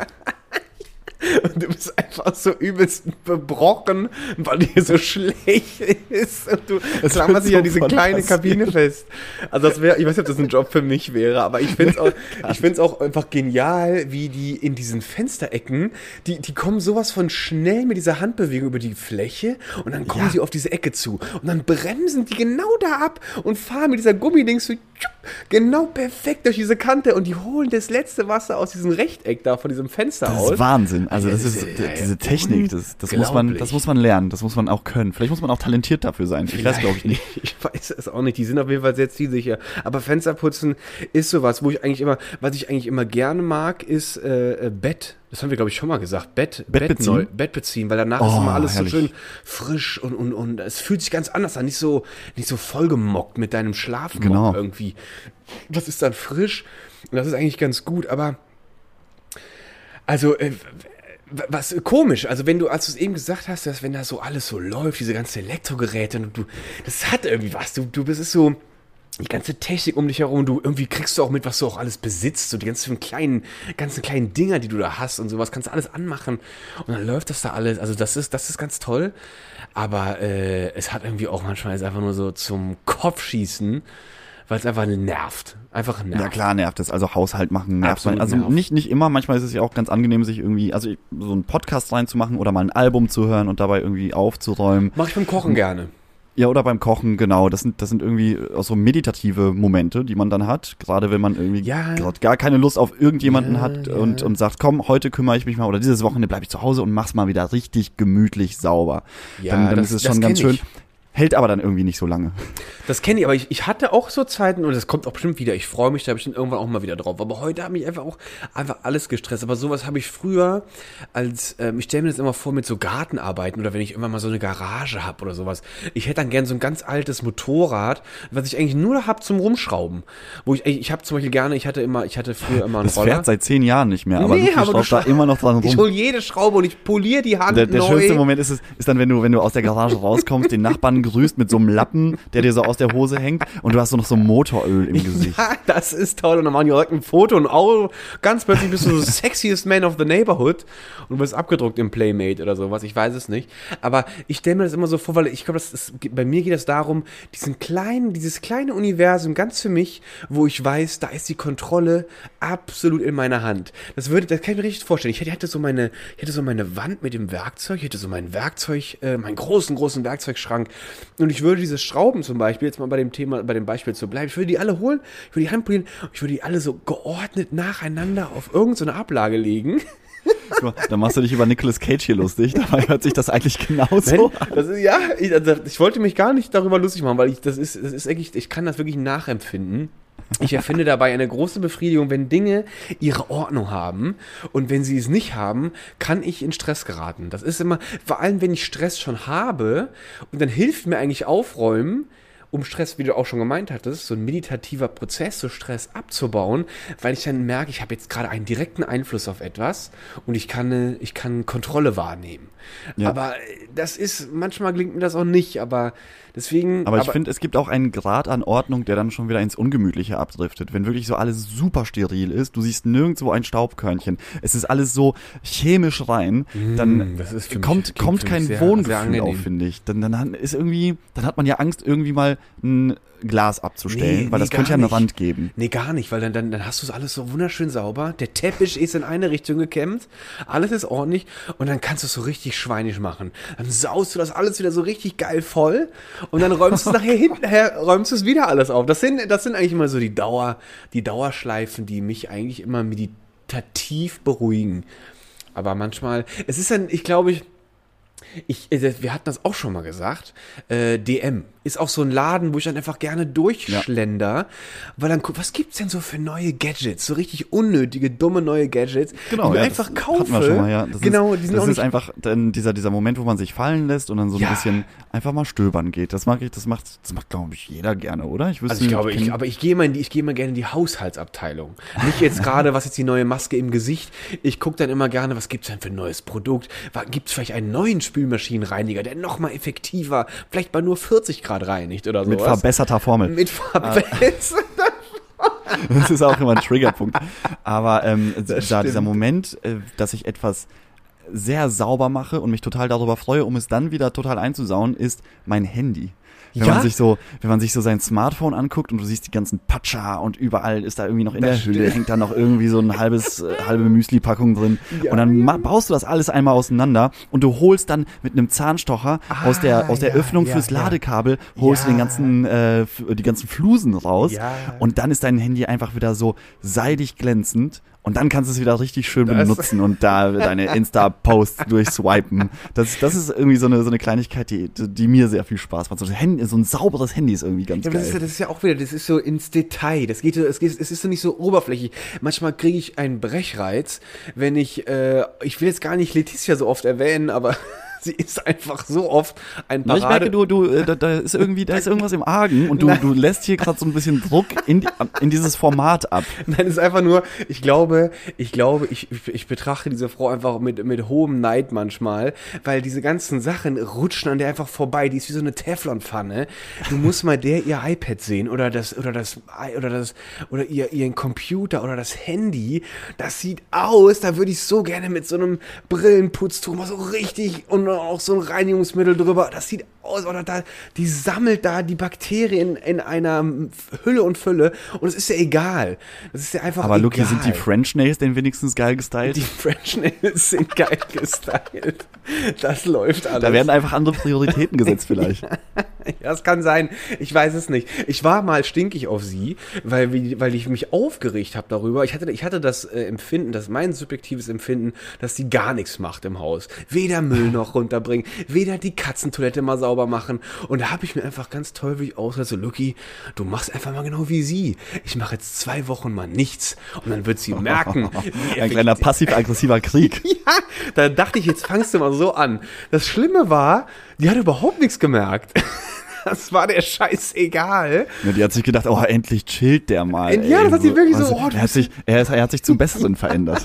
Und du bist einfach so übelst bebrochen, weil dir so schlecht ist. Und du Es klammerst wird dich so an diese von kleine passieren. Kabine fest. Also das wäre, ich weiß nicht, ob das ein Job für mich wäre, aber ich finde es auch, ich finde es auch einfach genial, wie die in diesen Fensterecken, die, die kommen sowas von schnell mit dieser Handbewegung über die Fläche und dann kommen Ja. sie auf diese Ecke zu. Und dann bremsen die genau da ab und fahren mit dieser Gummidings so tschupp, genau perfekt durch diese Kante und die holen das letzte Wasser aus diesem Rechteck da von diesem Fenster Das aus. ist Wahnsinn. Also das Das ist ist, d- äh, diese Technik, das, das muss man, das muss man lernen, das muss man auch können. Vielleicht muss man auch talentiert dafür sein. Ich weiß, glaube ich nicht. Ich weiß es auch nicht. Die sind auf jeden Fall sehr zielsicher. Aber Fensterputzen ist sowas, wo ich eigentlich immer, was ich eigentlich immer gerne mag, ist äh, äh, Bett. Das haben wir, glaube ich, schon mal gesagt. Bett, Bett beziehen? neu, Bett beziehen, weil danach Oh, ist immer alles herrlich. so schön frisch und, und, und es fühlt sich ganz anders an. Nicht so, nicht so vollgemockt mit deinem Schlafmock Genau. irgendwie. Das ist dann frisch und das ist eigentlich ganz gut, aber also äh, was komisch, also wenn du, als du es eben gesagt hast, dass wenn da so alles so läuft, diese ganzen Elektrogeräte und du, das hat irgendwie was, du, du bist es so, die ganze Technik um dich herum, du irgendwie kriegst du auch mit, was du auch alles besitzt, so die ganzen kleinen, ganzen kleinen Dinger, die du da hast und sowas, kannst du alles anmachen und dann läuft das da alles, also das ist, das ist ganz toll, aber äh, es hat irgendwie auch manchmal jetzt einfach nur so zum Kopfschießen, weil es einfach nervt, einfach nervt. Ja klar nervt es, also Haushalt machen nervt Absolut man. Also nervt. nicht nicht immer, manchmal ist es ja auch ganz angenehm, sich irgendwie, also so einen Podcast reinzumachen oder mal ein Album zu hören und dabei irgendwie aufzuräumen. Mach ich beim Kochen gerne. Ja, oder beim Kochen, genau. Das sind, das sind irgendwie auch so meditative Momente, die man dann hat. Gerade wenn man irgendwie Ja. gerade gar keine Lust auf irgendjemanden Ja, hat ja. und, und sagt, komm, heute kümmere ich mich mal oder dieses Wochenende bleibe ich zu Hause und mach's mal wieder richtig gemütlich sauber. Ja, dann dann das- ist es das schon ganz kenn schön. ich. Hält aber dann irgendwie nicht so lange. Das kenne ich, aber ich, ich hatte auch so Zeiten, und das kommt auch bestimmt wieder, ich freue mich da bestimmt irgendwann auch mal wieder drauf, aber heute hat mich einfach auch einfach alles gestresst, aber sowas habe ich früher als, ähm, ich stelle mir das immer vor mit so Gartenarbeiten oder wenn ich irgendwann mal so eine Garage habe oder sowas, ich hätte dann gern so ein ganz altes Motorrad, was ich eigentlich nur habe zum Rumschrauben, wo ich, ich habe zum Beispiel gerne, ich hatte immer, ich hatte früher immer einen Das Roller. fährt seit zehn Jahren nicht mehr, aber Nee, du aber du schraubst da schra- immer noch dran rum. Ich hole jede Schraube und ich poliere die Hand Der, der neu. schönste Moment ist es, ist dann, wenn du, wenn du aus der Garage rauskommst, den Nachbarn grüßt mit so einem Lappen, der dir so aus der Hose hängt und du hast so noch so Motoröl im Gesicht. Ja, das ist toll. Und dann machen die direkt ein Foto und oh, ganz plötzlich bist du so sexiest man of the neighborhood und du wirst abgedruckt im Playmate oder sowas. Ich weiß es nicht. Aber ich stelle mir das immer so vor, weil ich glaube, das ist, bei mir geht es darum, diesen kleinen, dieses kleine Universum ganz für mich, wo ich weiß, da ist die Kontrolle absolut in meiner Hand. Das würde, das kann ich mir richtig vorstellen. Ich hätte, hätte so meine, ich hätte so meine Wand mit dem Werkzeug, ich hätte so mein Werkzeug, äh, meinen großen, großen Werkzeugschrank und ich würde diese Schrauben zum Beispiel, jetzt mal bei dem Thema, bei dem Beispiel zu bleiben, ich würde die alle holen, ich würde die Hand polieren, ich würde die alle so geordnet nacheinander auf irgendeine Ablage legen. Da machst du dich über Nicolas Cage hier lustig, dabei hört sich das eigentlich genauso an. Das ist, ja, ich, also ich wollte mich gar nicht darüber lustig machen, weil ich, das ist, das ist eigentlich, ich kann das wirklich nachempfinden. Ich erfinde dabei eine große Befriedigung, wenn Dinge ihre Ordnung haben und wenn sie es nicht haben, kann ich in Stress geraten. Das ist immer, vor allem wenn ich Stress schon habe und dann hilft mir eigentlich Aufräumen, um Stress, wie du auch schon gemeint hattest, so ein meditativer Prozess, so Stress abzubauen, weil ich dann merke, ich habe jetzt gerade einen direkten Einfluss auf etwas und ich kann, ich kann Kontrolle wahrnehmen. Ja. Aber das ist, manchmal gelingt mir das auch nicht, aber deswegen... Aber ich finde, es gibt auch einen Grad an Ordnung, der dann schon wieder ins Ungemütliche abdriftet. Wenn wirklich so alles super steril ist, du siehst nirgendwo ein Staubkörnchen, es ist alles so chemisch rein, dann das ist für kommt, mich, kommt für kein mich sehr, Wohngefühl sehr auf, finde ich. Dann, dann ist irgendwie, dann hat man ja Angst, irgendwie mal ein Glas abzustellen, Nee, weil nee, das könnte gar ja eine nicht. Wand geben. Nee, gar nicht, weil dann, dann, dann hast du es alles so wunderschön sauber. Der Teppich ist in eine Richtung gekämmt, alles ist ordentlich und dann kannst du es so richtig schweinisch machen. Dann saust du das alles wieder so richtig geil voll und dann räumst du es nachher hinterher, räumst du es wieder alles auf. Das sind, das sind eigentlich immer so die Dauer, die Dauerschleifen, die mich eigentlich immer meditativ beruhigen. Aber manchmal, es ist dann, ich glaube, ich, Ich, wir hatten das auch schon mal gesagt, äh, D M ist auch so ein Laden, wo ich dann einfach gerne durchschlender, ja. Weil dann, was gibt's denn so für neue Gadgets, so richtig unnötige, dumme neue Gadgets, genau, die man ja, einfach das kaufe. hatten wir schon mal, ja. Das genau, ist, die sind das auch ist nicht, einfach dann dieser, dieser Moment, wo man sich fallen lässt und dann so ein Ja. bisschen einfach mal stöbern geht. Das mag ich, das macht, das macht, glaube ich, jeder gerne, oder? Ich wüsste also ich nicht, glaube, ich, kenn- aber ich gehe mal in die, ich gehe mal gerne in die Haushaltsabteilung. Nicht jetzt gerade, was jetzt die neue Maske im Gesicht. Ich gucke dann immer gerne, was gibt's denn für ein neues Produkt? Gibt's vielleicht einen neuen Spülmaschinenreiniger, der noch mal effektiver, vielleicht bei nur vierzig Grad reinigt oder so. mit verbesserter Formel. Mit verbesserter. Das ist auch immer ein Triggerpunkt. Aber ähm, da stimmt. dieser Moment, äh, dass ich etwas sehr sauber mache und mich total darüber freue, um es dann wieder total einzusauen, ist mein Handy. Wenn Ja? man sich so, wenn man sich so sein Smartphone anguckt und du siehst die ganzen Patscher und überall ist da irgendwie noch in Das der Hülle, stimmt. hängt da noch irgendwie so ein halbes, äh, halbe Müsli-Packung drin. Ja, und dann ja. ma- baust du das alles einmal auseinander und du holst dann mit einem Zahnstocher Ah, aus der, aus der ja, Öffnung ja, fürs ja. Ladekabel, holst du Ja. den ganzen, äh, f- die ganzen Flusen raus Ja. und dann ist dein Handy einfach wieder so seidig glänzend. Und dann kannst du es wieder richtig schön Das- benutzen und da deine Insta-Posts durchswipen. Das, das ist irgendwie so eine, so eine Kleinigkeit, die, die mir sehr viel Spaß macht. So ein, Handy, so ein sauberes Handy ist irgendwie ganz Ja, aber das ist, ja, geil. das ist ja auch wieder, das ist so ins Detail. Das geht, so- es geht, es ist so nicht so oberflächlich. Manchmal kriege ich einen Brechreiz, wenn ich, äh, ich will jetzt gar nicht Letizia so oft erwähnen, aber sie ist einfach so oft ein Na, ich Parade. merke, du, du, äh, da, da ist irgendwie, da ist irgendwas im Argen und du, du lässt hier gerade so ein bisschen Druck in, die, in dieses Format ab. Nein, es ist einfach nur, ich glaube, ich glaube, ich, ich, ich betrachte diese Frau einfach mit, mit hohem Neid manchmal, weil diese ganzen Sachen rutschen an der einfach vorbei. Die ist wie so eine Teflonpfanne. Du musst mal der ihr iPad sehen oder das, oder das, oder das, oder ihr, ihren Computer oder das Handy. Das sieht aus, da würde ich so gerne mit so einem Brillenputztuch mal so richtig und auch so ein Reinigungsmittel drüber. Das sieht aus, oder da, die sammelt da die Bakterien in einer Hülle und Fülle und es ist ja egal. Das ist ja einfach Aber egal. Luki, sind die French Nails denn wenigstens geil gestylt? Die French Nails sind geil gestylt. Das läuft alles. Da werden einfach andere Prioritäten gesetzt vielleicht. Ja, das kann sein. Ich weiß es nicht. Ich war mal stinkig auf sie, weil, wie- weil ich mich aufgeregt habe darüber. Ich hatte, ich hatte das äh, Empfinden, das mein subjektives Empfinden, dass sie gar nichts macht im Haus. Weder Müll noch runterbringen, weder die Katzentoilette mal sauber sauber machen. Und da habe ich mir einfach ganz teuflisch ausgedacht, so, Lucky, du machst einfach mal genau wie sie. Ich mache jetzt zwei Wochen mal nichts. Und dann wird sie merken. Wie Ein kleiner passiv-aggressiver Krieg. Ja, da dachte ich, jetzt fangst du mal so an. Das Schlimme war, die hat überhaupt nichts gemerkt. Das war der Scheiß egal. Ja, die hat sich gedacht, oh, endlich chillt der mal. Ja, ey. das hat sie wirklich so, Also, oh, er, hat sich, er, ist, er hat sich zum Besseren verändert.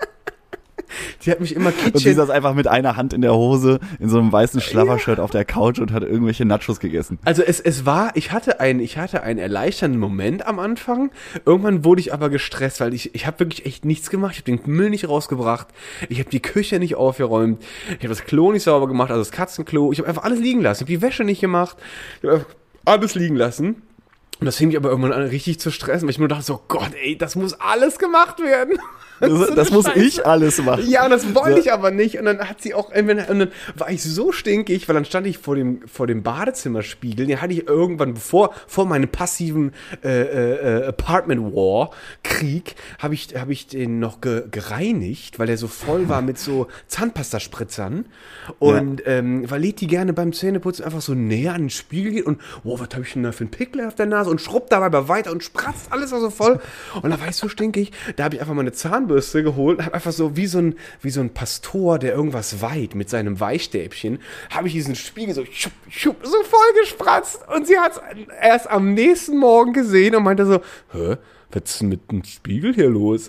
Die hat mich immer Und sie kitschig. saß einfach mit einer Hand in der Hose, in so einem weißen Schlabbershirt auf der Couch und hat irgendwelche Nachos gegessen. Also es, es war, ich hatte einen, ich hatte einen erleichternden Moment am Anfang. Irgendwann wurde ich aber gestresst, weil ich, ich habe wirklich echt nichts gemacht. Ich habe den Müll nicht rausgebracht. Ich habe die Küche nicht aufgeräumt. Ich habe das Klo nicht sauber gemacht, also das Katzenklo. Ich habe einfach alles liegen lassen. Ich habe die Wäsche nicht gemacht. Ich habe alles liegen lassen. Und das fing mich aber irgendwann an, richtig zu stressen, weil ich mir dachte so, Gott, ey, das muss alles gemacht werden. Das, ist so das eine muss Scheiße. ich alles machen. Ja, und das wollte Ja. ich aber nicht. Und dann hat sie auch, und dann war ich so stinkig, weil dann stand ich vor dem, vor dem Badezimmerspiegel. Den hatte ich irgendwann, bevor, vor meinem passiven äh, äh, Apartment War Krieg, habe ich, habe ich den noch ge, gereinigt, weil der so voll war mit so Zahnpastaspritzern. Und ja. ähm, weil Leti gerne beim Zähneputzen einfach so näher an den Spiegel geht und, wow, was habe ich denn da für einen Pickel auf der Nase und schrubbt dabei aber weiter und spratzt alles war so voll. Und da war ich so stinkig, da habe ich einfach meine Zahnbürste geholt, habe einfach so wie so ein wie so ein Pastor, der irgendwas weiht mit seinem Weihstäbchen, habe ich diesen Spiegel so schupp, schupp, so voll gespratzt und sie hat es erst am nächsten Morgen gesehen und meinte so, hä, was ist denn mit dem Spiegel hier los?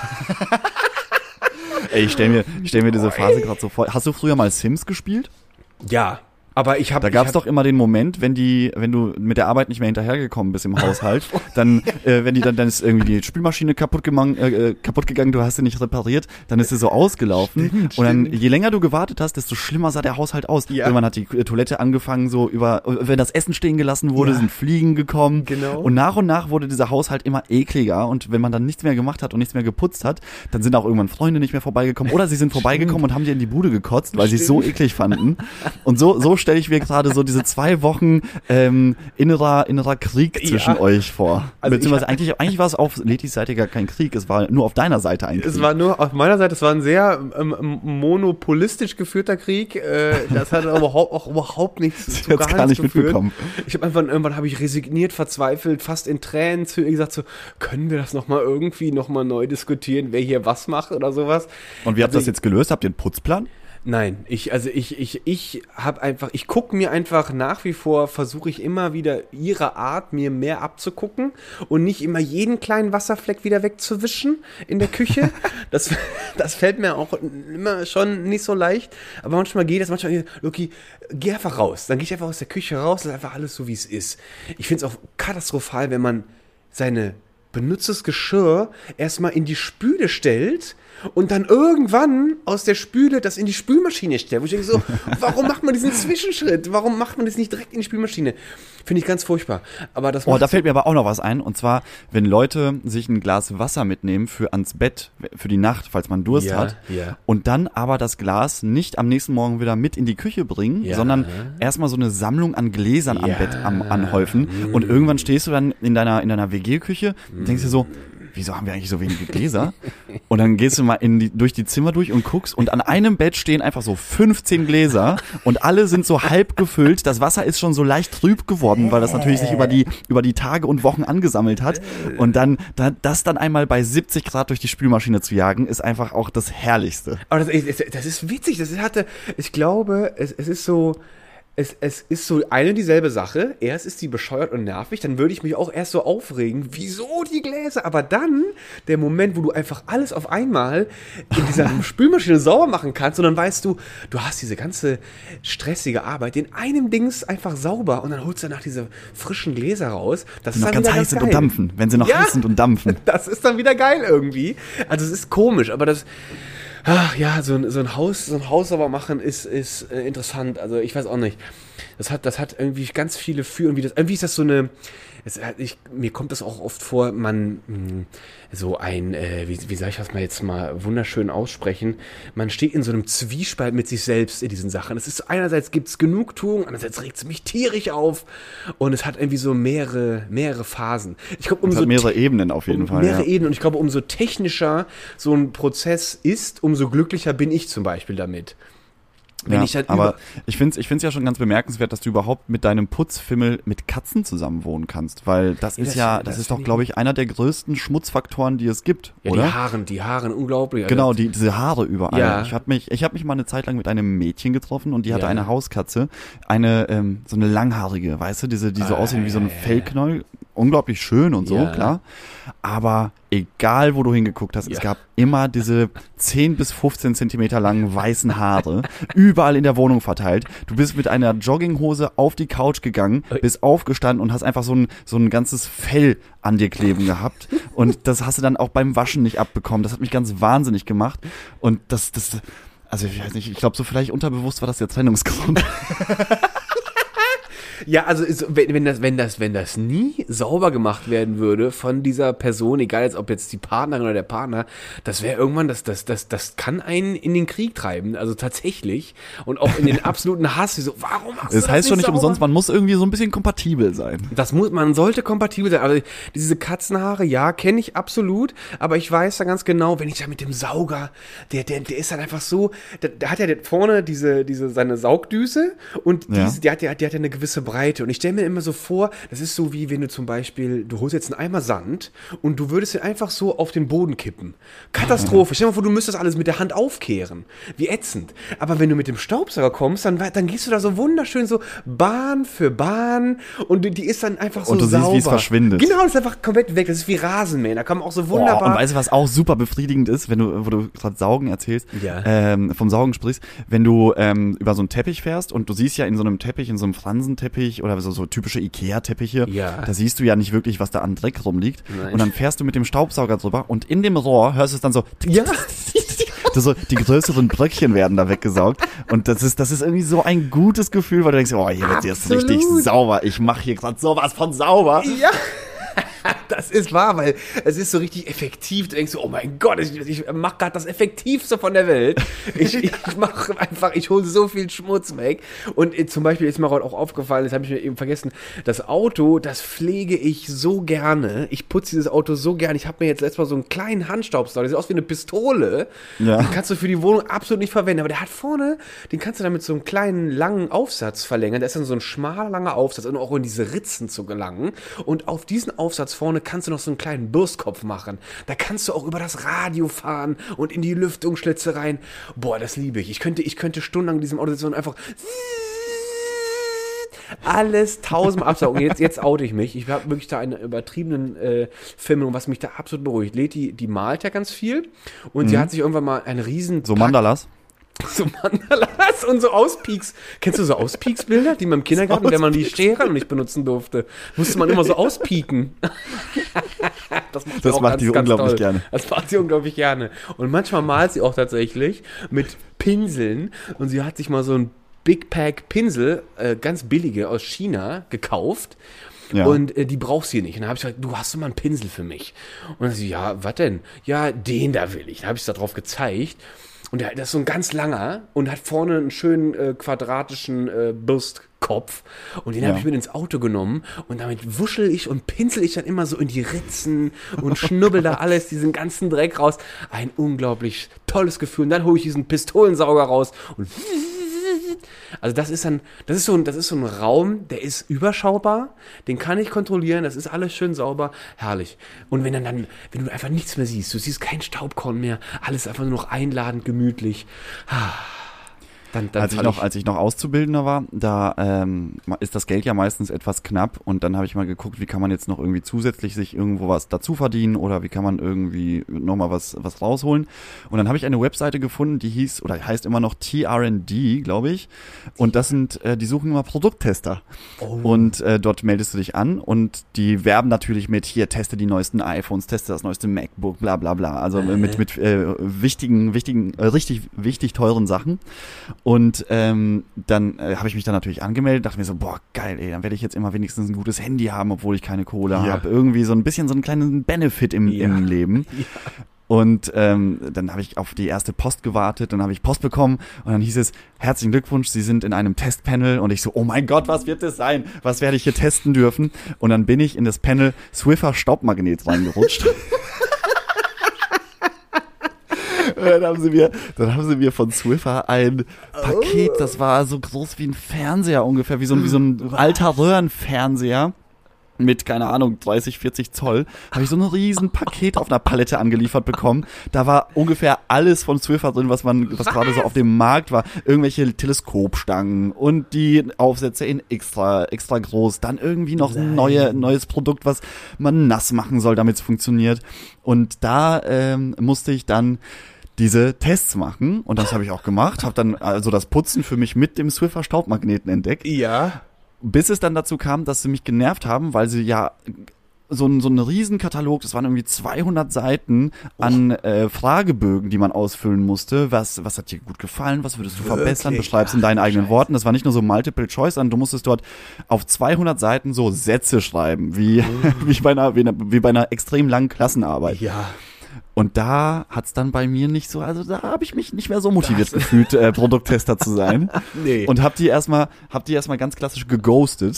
Ey, ich stell mir, ich stell mir diese Phase gerade so vor. Hast du früher mal Sims gespielt? Ja. Aber ich habe Da gab es doch immer den Moment, wenn die, wenn du mit der Arbeit nicht mehr hinterhergekommen bist im Haushalt, dann, äh, wenn die dann, dann ist irgendwie die Spülmaschine kaputt, gemang, äh, kaputt gegangen, du hast sie nicht repariert, dann ist sie so ausgelaufen. Stimmt, und dann, stimmt. je länger du gewartet hast, desto schlimmer sah der Haushalt aus. Ja. Irgendwann hat die äh, Toilette angefangen, so über, wenn das Essen stehen gelassen wurde, Ja. sind Fliegen gekommen. Genau. Und nach und nach wurde dieser Haushalt immer ekliger. Und wenn man dann nichts mehr gemacht hat und nichts mehr geputzt hat, dann sind auch irgendwann Freunde nicht mehr vorbeigekommen. Oder sie sind vorbeigekommen und haben dir in die Bude gekotzt, weil sie es so eklig fanden. Und so, so stelle ich mir gerade so diese zwei Wochen ähm, innerer, innerer Krieg zwischen Ja. euch vor. Also Beziehungsweise ich- eigentlich, eigentlich war es auf Letis Seite gar kein Krieg, es war nur auf deiner Seite ein Krieg. Es war nur auf meiner Seite, es war ein sehr ähm, monopolistisch geführter Krieg. Äh, das hat aber überhaupt, auch überhaupt nichts Sie zu hat's gar, gar nichts nicht geführt. mitbekommen. Ich habe einfach irgendwann habe ich resigniert, verzweifelt, fast in Tränen zu ihr gesagt so, können wir das noch mal irgendwie noch mal neu diskutieren, wer hier was macht oder sowas? Und wie habt ihr Also das jetzt gelöst? Habt ihr einen Putzplan? Nein, ich, also ich, ich, ich habe einfach, ich gucke mir einfach nach wie vor, versuche ich immer wieder ihre Art mir mehr abzugucken und nicht immer jeden kleinen Wasserfleck wieder wegzuwischen in der Küche. das, das fällt mir auch immer schon nicht so leicht, aber manchmal geht das, manchmal, Luki, geh einfach raus. Dann gehe ich einfach aus der Küche raus, das ist einfach alles so, wie es ist. Ich finde es auch katastrophal, wenn man seine benutztes Geschirr erstmal in die Spüle stellt und dann irgendwann aus der Spüle das in die Spülmaschine stellt. Wo ich denke so, warum macht man diesen Zwischenschritt? Warum macht man das nicht direkt in die Spülmaschine? Finde ich ganz furchtbar. Aber das Oh, macht da fällt mir aber auch noch was ein. Und zwar, wenn Leute sich ein Glas Wasser mitnehmen für ans Bett, für die Nacht, falls man Durst Ja, hat, ja. und dann aber das Glas nicht am nächsten Morgen wieder mit in die Küche bringen, Ja. sondern erstmal so eine Sammlung an Gläsern am Ja. Bett am, anhäufen. Und irgendwann stehst du dann in deiner, in deiner W G-Küche und denkst dir so, wieso haben wir eigentlich so wenige Gläser? Und dann gehst du mal in die, durch die Zimmer durch und guckst und an einem Bett stehen einfach so fünfzehn Gläser und alle sind so halb gefüllt. Das Wasser ist schon so leicht trüb geworden, weil das natürlich sich über die, über die Tage und Wochen angesammelt hat. Und dann, da, das dann einmal bei siebzig Grad durch die Spülmaschine zu jagen, ist einfach auch das Herrlichste. Aber das, ist- das ist witzig. Das hatte, ich glaube, es, es ist so, es, es ist so eine dieselbe Sache. Erst ist die bescheuert und nervig, dann würde ich mich auch erst so aufregen, wieso die Gläser? Aber dann, der Moment, wo du einfach alles auf einmal in dieser Spülmaschine sauber machen kannst und dann weißt du, du hast diese ganze stressige Arbeit in einem Dings einfach sauber und dann holst du danach diese frischen Gläser raus. Das Die ist noch dann ganz wieder heiß sind geil. und dampfen. Wenn sie noch Ja. heiß sind und dampfen. Das ist dann wieder geil irgendwie. Also es ist komisch, aber das, ach ja, so ein, so ein Haus, so ein Haus sauber machen ist, ist äh, interessant. Also ich weiß auch nicht. Das hat, das hat irgendwie ganz viele Für und wie das, irgendwie ist das so eine, es, ich, mir kommt das auch oft vor, man, mh, so ein, äh, wie, wie soll ich das mal jetzt mal wunderschön aussprechen, man steht in so einem Zwiespalt mit sich selbst in diesen Sachen. Es ist, einerseits gibt's Genugtuung, andererseits regt es mich tierisch auf und es hat irgendwie so mehrere, mehrere Phasen. Ich glaube, Es umso hat mehrere Ebenen auf jeden um Fall. mehrere Ja. Ebenen. Und ich glaube, umso technischer so ein Prozess ist, umso glücklicher bin ich zum Beispiel damit. Wenn ja, ich dann aber über ich finde es ich find's ja schon ganz bemerkenswert, dass du überhaupt mit deinem Putzfimmel mit Katzen zusammen wohnen kannst, weil das Ja, ist das- ja, das das, ist find doch, ich- glaube ich, einer der größten Schmutzfaktoren, die es gibt, ja, oder? die Haaren, die Haaren, unglaublich. Genau, die, diese Haare überall. Ja. Ich habe mich, ich habe mich mal eine Zeit lang mit einem Mädchen getroffen und die hatte Ja. eine Hauskatze, eine ähm, so eine langhaarige, weißt du, diese, die so Ah, aussehen wie so ein ja, ja, Fellknäuel, unglaublich schön und so, Ja. klar. Aber egal, wo du hingeguckt hast, Ja. es gab immer diese zehn bis fünfzehn Zentimeter langen weißen Haare, überall in der Wohnung verteilt. Du bist mit einer Jogginghose auf die Couch gegangen, bist aufgestanden und hast einfach so ein, so ein ganzes Fell an dir kleben gehabt. Und das hast du dann auch beim Waschen nicht abbekommen. Das hat mich ganz wahnsinnig gemacht. Und das, das, also ich weiß nicht, ich glaube so vielleicht unterbewusst war das der Trennungsgrund. Ja, also ist, wenn, wenn das, wenn das, wenn das nie sauber gemacht werden würde von dieser Person, egal jetzt ob jetzt die Partnerin oder der Partner, das wäre irgendwann, das, das, das, das kann einen in den Krieg treiben, also tatsächlich und auch in den absoluten Hass. Wie so, warum machst du Das das heißt schon nicht sauber? umsonst, man muss irgendwie so ein bisschen kompatibel sein. Das muss, man sollte kompatibel sein. Also diese Katzenhaare, ja, kenne ich absolut, aber ich weiß da ganz genau, wenn ich da mit dem Sauger, der, der, der ist dann einfach so, der, der hat ja vorne diese, diese, seine Saugdüse und Ja. diese, die hat ja, die hat ja eine gewisse Breite und ich stelle mir immer so vor, das ist so wie wenn du zum Beispiel, du holst jetzt einen Eimer Sand und du würdest ihn einfach so auf den Boden kippen. Katastrophe. Stell dir mal vor, du müsstest alles mit der Hand aufkehren. Wie ätzend. Aber wenn du mit dem Staubsauger kommst, dann, dann gehst du da so wunderschön so Bahn für Bahn und die ist dann einfach so Und du siehst, sauber. wie es verschwindet. Genau, das ist einfach komplett weg. Das ist wie Rasenmähen. Da kann man auch so Boah, wunderbar. und weißt du, was auch super befriedigend ist, wenn du, wo du gerade Saugen erzählst, Ja. ähm, vom Saugen sprichst, wenn du ähm, über so einen Teppich fährst und du siehst ja in so einem Teppich, in so einem Fransenteppich oder so, so typische Ikea-Teppiche, Ja. da siehst du ja nicht wirklich, was da an Dreck rumliegt. Nein. Und dann fährst du mit dem Staubsauger drüber und in dem Rohr hörst du es dann so, ja. das so, die größeren Bröckchen werden da weggesaugt. Und das ist, das ist irgendwie so ein gutes Gefühl, weil du denkst, oh, hier wird jetzt Absolut. richtig sauber. Ich mache hier gerade sowas von sauber. Ja. Das ist wahr, weil es ist so richtig effektiv. Du denkst so, oh mein Gott, ich, ich mache gerade das Effektivste von der Welt. Ich, ich mache einfach, ich hole so viel Schmutz weg. Und äh, zum Beispiel ist mir heute auch aufgefallen, das habe ich mir eben vergessen, das Auto, das pflege ich so gerne. Ich putze dieses Auto so gerne. Ich habe mir jetzt letztes Mal so einen kleinen Handstaubsauger, der sieht aus wie eine Pistole. Ja. Den kannst du für die Wohnung absolut nicht verwenden. Aber der hat vorne, den kannst du dann mit so einem kleinen, langen Aufsatz verlängern. Da ist dann so ein schmaler, langer Aufsatz, um auch in diese Ritzen zu gelangen. Und auf diesen Aufsatz vorne kannst du noch so einen kleinen Bürstkopf machen. Da kannst du auch über das Radio fahren und in die Lüftungsschlitze rein. Boah, das liebe ich. Ich könnte, ich könnte stundenlang in diesem Auto sitzen und einfach alles tausendmal absaugen. Jetzt, jetzt oute ich mich. Ich habe wirklich da einen übertriebenen äh, Film, was mich da absolut beruhigt. Leti, die malt ja ganz viel und sie hat sich irgendwann mal einen riesen So Pack- Mandalas. so Mandalas und so Auspieks. Kennst du so Auspieksbilder, die man im Kindergarten, wenn man die Schere noch nicht benutzen durfte, musste man immer so auspieken. Das macht, sie Das auch macht ganz, die ganz unglaublich toll. gerne. Das macht sie unglaublich gerne. Und manchmal malt sie auch tatsächlich mit Pinseln und sie hat sich mal so ein Big Pack Pinsel, äh, ganz billige aus China, gekauft. Ja. Und äh, die brauchst du hier nicht. Und dann habe ich gesagt, du hast du mal einen Pinsel für mich. Und dann sie, ja, was denn? Ja, den da will ich. Dann habe ich es da drauf gezeigt. Und der, das ist so ein ganz langer und hat vorne einen schönen äh, quadratischen äh, Bürstkopf. Und den Ja. habe ich mit ins Auto genommen. Und damit wuschel ich und pinsel ich dann immer so in die Ritzen und schnubbel da alles, diesen ganzen Dreck raus. Ein unglaublich tolles Gefühl. Und dann hole ich diesen Pistolensauger raus und also das ist dann, das ist so ein, das ist so ein Raum, der ist überschaubar, den kann ich kontrollieren, das ist alles schön sauber, herrlich. Und wenn dann, dann, wenn du einfach nichts mehr siehst, du siehst kein Staubkorn mehr, alles einfach nur noch einladend, gemütlich, ah, dann, dann Als ich, fall noch, als ich noch Auszubildender war, da ähm, ist das Geld ja meistens etwas knapp und dann habe ich mal geguckt, wie kann man jetzt noch irgendwie zusätzlich sich irgendwo was dazu verdienen oder wie kann man irgendwie nochmal was, was rausholen. Und dann habe ich eine Webseite gefunden, die hieß oder heißt immer noch T R and D, glaube ich. Und das sind, äh, die suchen immer Produkttester. Oh. Und äh, dort meldest du dich an und die werben natürlich mit, hier, teste die neuesten iPhones, teste das neueste MacBook, bla bla bla. Also äh. mit, mit äh, wichtigen, wichtigen, äh, richtig, wichtig teuren Sachen. Und ähm, dann äh, habe ich mich da natürlich angemeldet, dachte mir so, boah, geil, ey, dann werde ich jetzt immer wenigstens ein gutes Handy haben, obwohl ich keine Kohle Ja. habe. Irgendwie so ein bisschen so einen kleinen Benefit im, Ja. im Leben. Ja. Und ähm, dann habe ich auf die erste Post gewartet, dann habe ich Post bekommen und dann hieß es, herzlichen Glückwunsch, Sie sind in einem Testpanel. Und ich so, oh mein Gott, was wird das sein? Was werde ich hier testen dürfen? Und dann bin ich in das Panel Swiffer Staubmagnet reingerutscht. dann haben sie mir, dann haben sie mir von Swiffer ein Paket, das war so groß wie ein Fernseher ungefähr, wie so ein, wie so ein alter Röhrenfernseher. Mit, keine Ahnung, dreißig, vierzig Zoll, habe ich so ein riesen Paket auf einer Palette angeliefert bekommen. Da war ungefähr alles von Swiffer drin, was man, was, was? gerade so auf dem Markt war. Irgendwelche Teleskopstangen und die Aufsätze in extra, extra groß. Dann irgendwie noch ein neue, neues Produkt, was man nass machen soll, damit es funktioniert. Und da ähm, musste ich dann diese Tests machen. Und das habe ich auch gemacht. Habe dann also das Putzen für mich mit dem Swiffer Staubmagneten entdeckt. Ja. Bis es dann dazu kam, dass sie mich genervt haben, weil sie ja so ein so ein Riesenkatalog, das waren irgendwie zweihundert Seiten an äh, Fragebögen, die man ausfüllen musste. Was was hat dir gut gefallen? Was würdest du Wirklich? verbessern? Beschreib's in deinen Ach, eigenen Scheiße. Worten. Das war nicht nur so Multiple Choice, sondern du musstest dort auf zweihundert Seiten so Sätze schreiben, wie Oh. wie bei einer wie, wie bei einer extrem langen Klassenarbeit. Ja. Und da hat's dann bei mir nicht so, also da habe ich mich nicht mehr so motiviert gefühlt, äh, Produkttester zu sein. Nee. Und hab die erstmal, hab die erstmal ganz klassisch geghostet.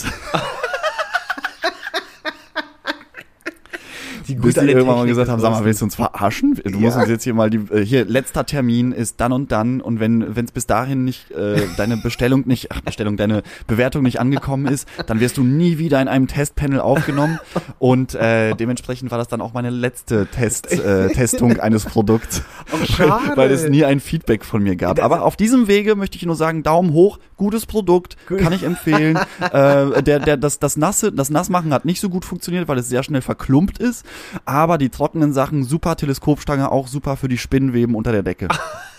Die Bis die alte irgendwann mal Technik gesagt des haben, sag mal, Rosten. willst du uns verarschen? Du Ja. musst uns jetzt hier mal die, äh, hier, letzter Termin ist dann und dann und wenn wenn es bis dahin nicht, äh, deine Bestellung nicht, ach, Bestellung, deine Bewertung nicht angekommen ist, dann wirst du nie wieder in einem Testpanel aufgenommen und äh, dementsprechend war das dann auch meine letzte Test, äh, Testung eines Produkts, Oh, schade. weil es nie ein Feedback von mir gab. Aber auf diesem Wege möchte ich nur sagen, Daumen hoch, gutes Produkt, kann ich empfehlen. äh, der, der, das, das Nasse, das Nassmachen hat nicht so gut funktioniert, weil es sehr schnell verklumpt ist. Aber die trockenen Sachen, super Teleskopstange, auch super für die Spinnenweben unter der Decke.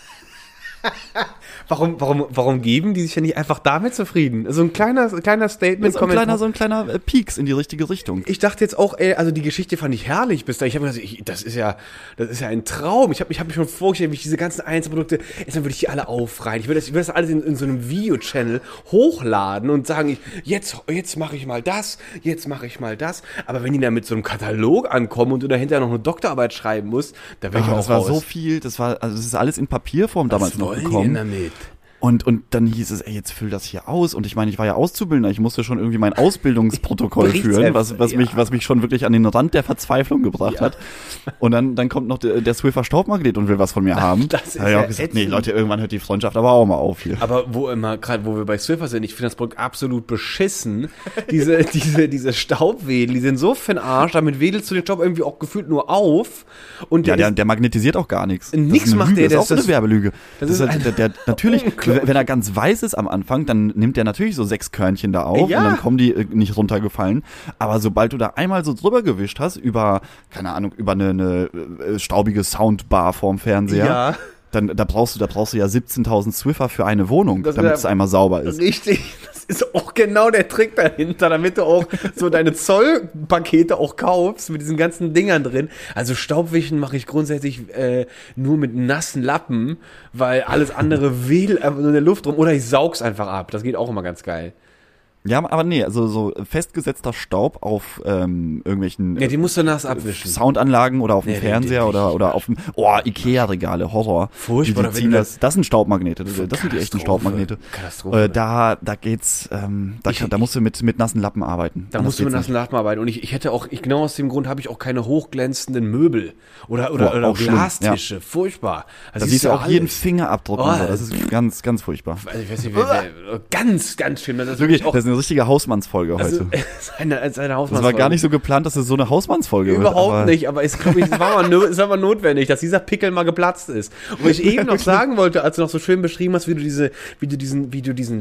Warum, warum, warum geben die sich ja nicht einfach damit zufrieden? So ein kleiner, kleiner Statement. So ein kleiner, so ein kleiner äh, Pieks in die richtige Richtung. Ich dachte jetzt auch, ey, also die Geschichte fand ich herrlich bis da. Ich habe mir gedacht, ich, das ist ja, das ist ja ein Traum. Ich habe ich hab mir schon vorgestellt, wie ich diese ganzen Einzelprodukte, jetzt dann würde ich die alle aufreihen. Ich würde das, ich würde das alles in, in so einem Video-Channel hochladen und sagen, ich, jetzt, jetzt mache ich mal das, jetzt mache ich mal das. Aber wenn die dann mit so einem Katalog ankommen und du dahinter noch eine Doktorarbeit schreiben musst, da wäre ich Oh, auch das war raus. so viel, das war, also das ist alles in Papierform damals Was noch wollen die gekommen. denn damit? Und, und dann hieß es, ey, jetzt füll das hier aus. Und ich meine, ich war ja Auszubildender, ich musste schon irgendwie mein Ausbildungsprotokoll führen, was, was, ja. mich, was mich schon wirklich an den Rand der Verzweiflung gebracht Ja. hat. Und dann, dann kommt noch der, der Swiffer Staubmagnet und will was von mir haben. Das ist da hab ich ja auch gesagt, nee, ätzend. Leute, irgendwann hört die Freundschaft aber auch mal auf hier. Aber wo immer, gerade wo wir bei Swiffer sind, ich finde das Produkt absolut beschissen. Diese, diese, diese Staubwedel, die sind so für den Arsch, damit wedelst du den Staub irgendwie auch gefühlt nur auf. Und Ja, der, ist, der magnetisiert auch gar nichts. Nix Das ist eine macht Lüge, der, das ist das- auch so eine das- Werbelüge. das Das ist ist halt, der, der, natürlich, wenn er ganz weiß ist am Anfang, dann nimmt er natürlich so sechs Körnchen da auf Ja. und dann kommen die äh, nicht runtergefallen. Aber sobald du da einmal so drüber gewischt hast, über, keine Ahnung, über eine, eine äh, staubige Soundbar vorm Fernseher, Ja. dann da brauchst du, da brauchst du ja siebzehntausend Swiffer für eine Wohnung, Das damit wär- es einmal sauber ist. Richtig, das ist auch genau der Trick dahinter, damit du auch so deine Zollpakete auch kaufst mit diesen ganzen Dingern drin. Also Staubwischen mache ich grundsätzlich äh, nur mit nassen Lappen, weil alles andere wedelt einfach nur in der Luft rum. Oder ich saug's einfach ab, das geht auch immer ganz geil. Ja, aber nee, also so festgesetzter Staub auf ähm, irgendwelchen Ja, die musst du nass abwischen. Soundanlagen oder auf dem Nee, Fernseher die- die- oder, oder auf dem, oh, Ikea-Regale, Horror. Furchtbar, Die, oder die wenn ziehen du- das, das sind Staubmagnete, das, das sind die echten Katastrophe. Staubmagnete. Katastrophe. Äh, da, da geht's, ähm, da, Ich- kann, da musst du mit, mit nassen Lappen arbeiten. Da Anders musst du mit geht's nassen Lappen arbeiten. Und ich, ich hätte auch, ich, genau aus dem Grund habe ich auch keine hochglänzenden Möbel. Oder, oder, Boah, oder auch schlimm, Glastische. Furchtbar. Da siehst du auch jeden alles. Fingerabdruck und Oh, so. Das ist ganz, ganz furchtbar. Also ich weiß nicht, wer, wer, ganz, ganz schlimm. Das ist Wirklich, auch, das ist eine richtige Hausmannsfolge also, heute. seine, seine Das war gar nicht so geplant, dass es so eine Hausmannsfolge wird. Überhaupt aber nicht, aber es, glaub ich, es, war mal, no- es war mal notwendig, dass dieser Pickel mal geplatzt ist. Und was ich eben noch sagen wollte, als du noch so schön beschrieben hast, wie du diese, wie du diesen, wie du diesen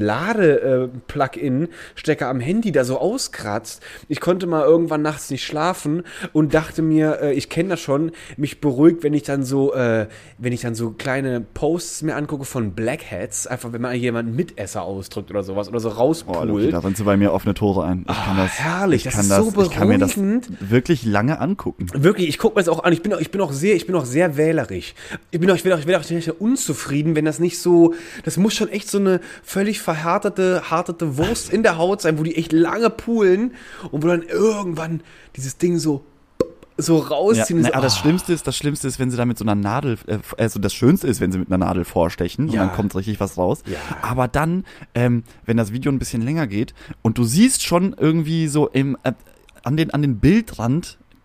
Lade-Plug-in-Stecker am Handy da so auskratzt. Ich konnte mal irgendwann nachts nicht schlafen und dachte mir, äh, ich kenne das schon, mich beruhigt, wenn ich dann so, äh, wenn ich dann so kleine Posts mir angucke von Black Hats, einfach wenn man jemanden Mitesser ausdrückt oder sowas oder so Oh, rauspult. Luki, da rennst du bei mir offene Tore ein. Ich kann Ah, das, herrlich, ich das kann ist das, so ich kann mir das beruhigend. wirklich lange angucken. Wirklich, ich gucke mir das auch an. Ich bin auch, ich bin auch sehr, ich bin auch sehr wählerisch. Ich bin auch, ich werde auch, ich werde auch nicht unzufrieden, wenn das nicht so, das muss schon echt so eine völlig verhärtete, hartete Wurst in der Haut sein, wo die echt lange poolen und wo dann irgendwann dieses Ding so, so Ja, rausziehen. ne, so, aber das ah. Schlimmste ist, das Schlimmste ist, wenn sie da mit so einer Nadel, äh, also das Schönste ist, wenn sie mit einer Nadel vorstechen Ja. und dann kommt richtig was raus. Ja. Aber dann, ähm, wenn das Video ein bisschen länger geht und du siehst schon irgendwie so im, äh, an den, an den Bildrand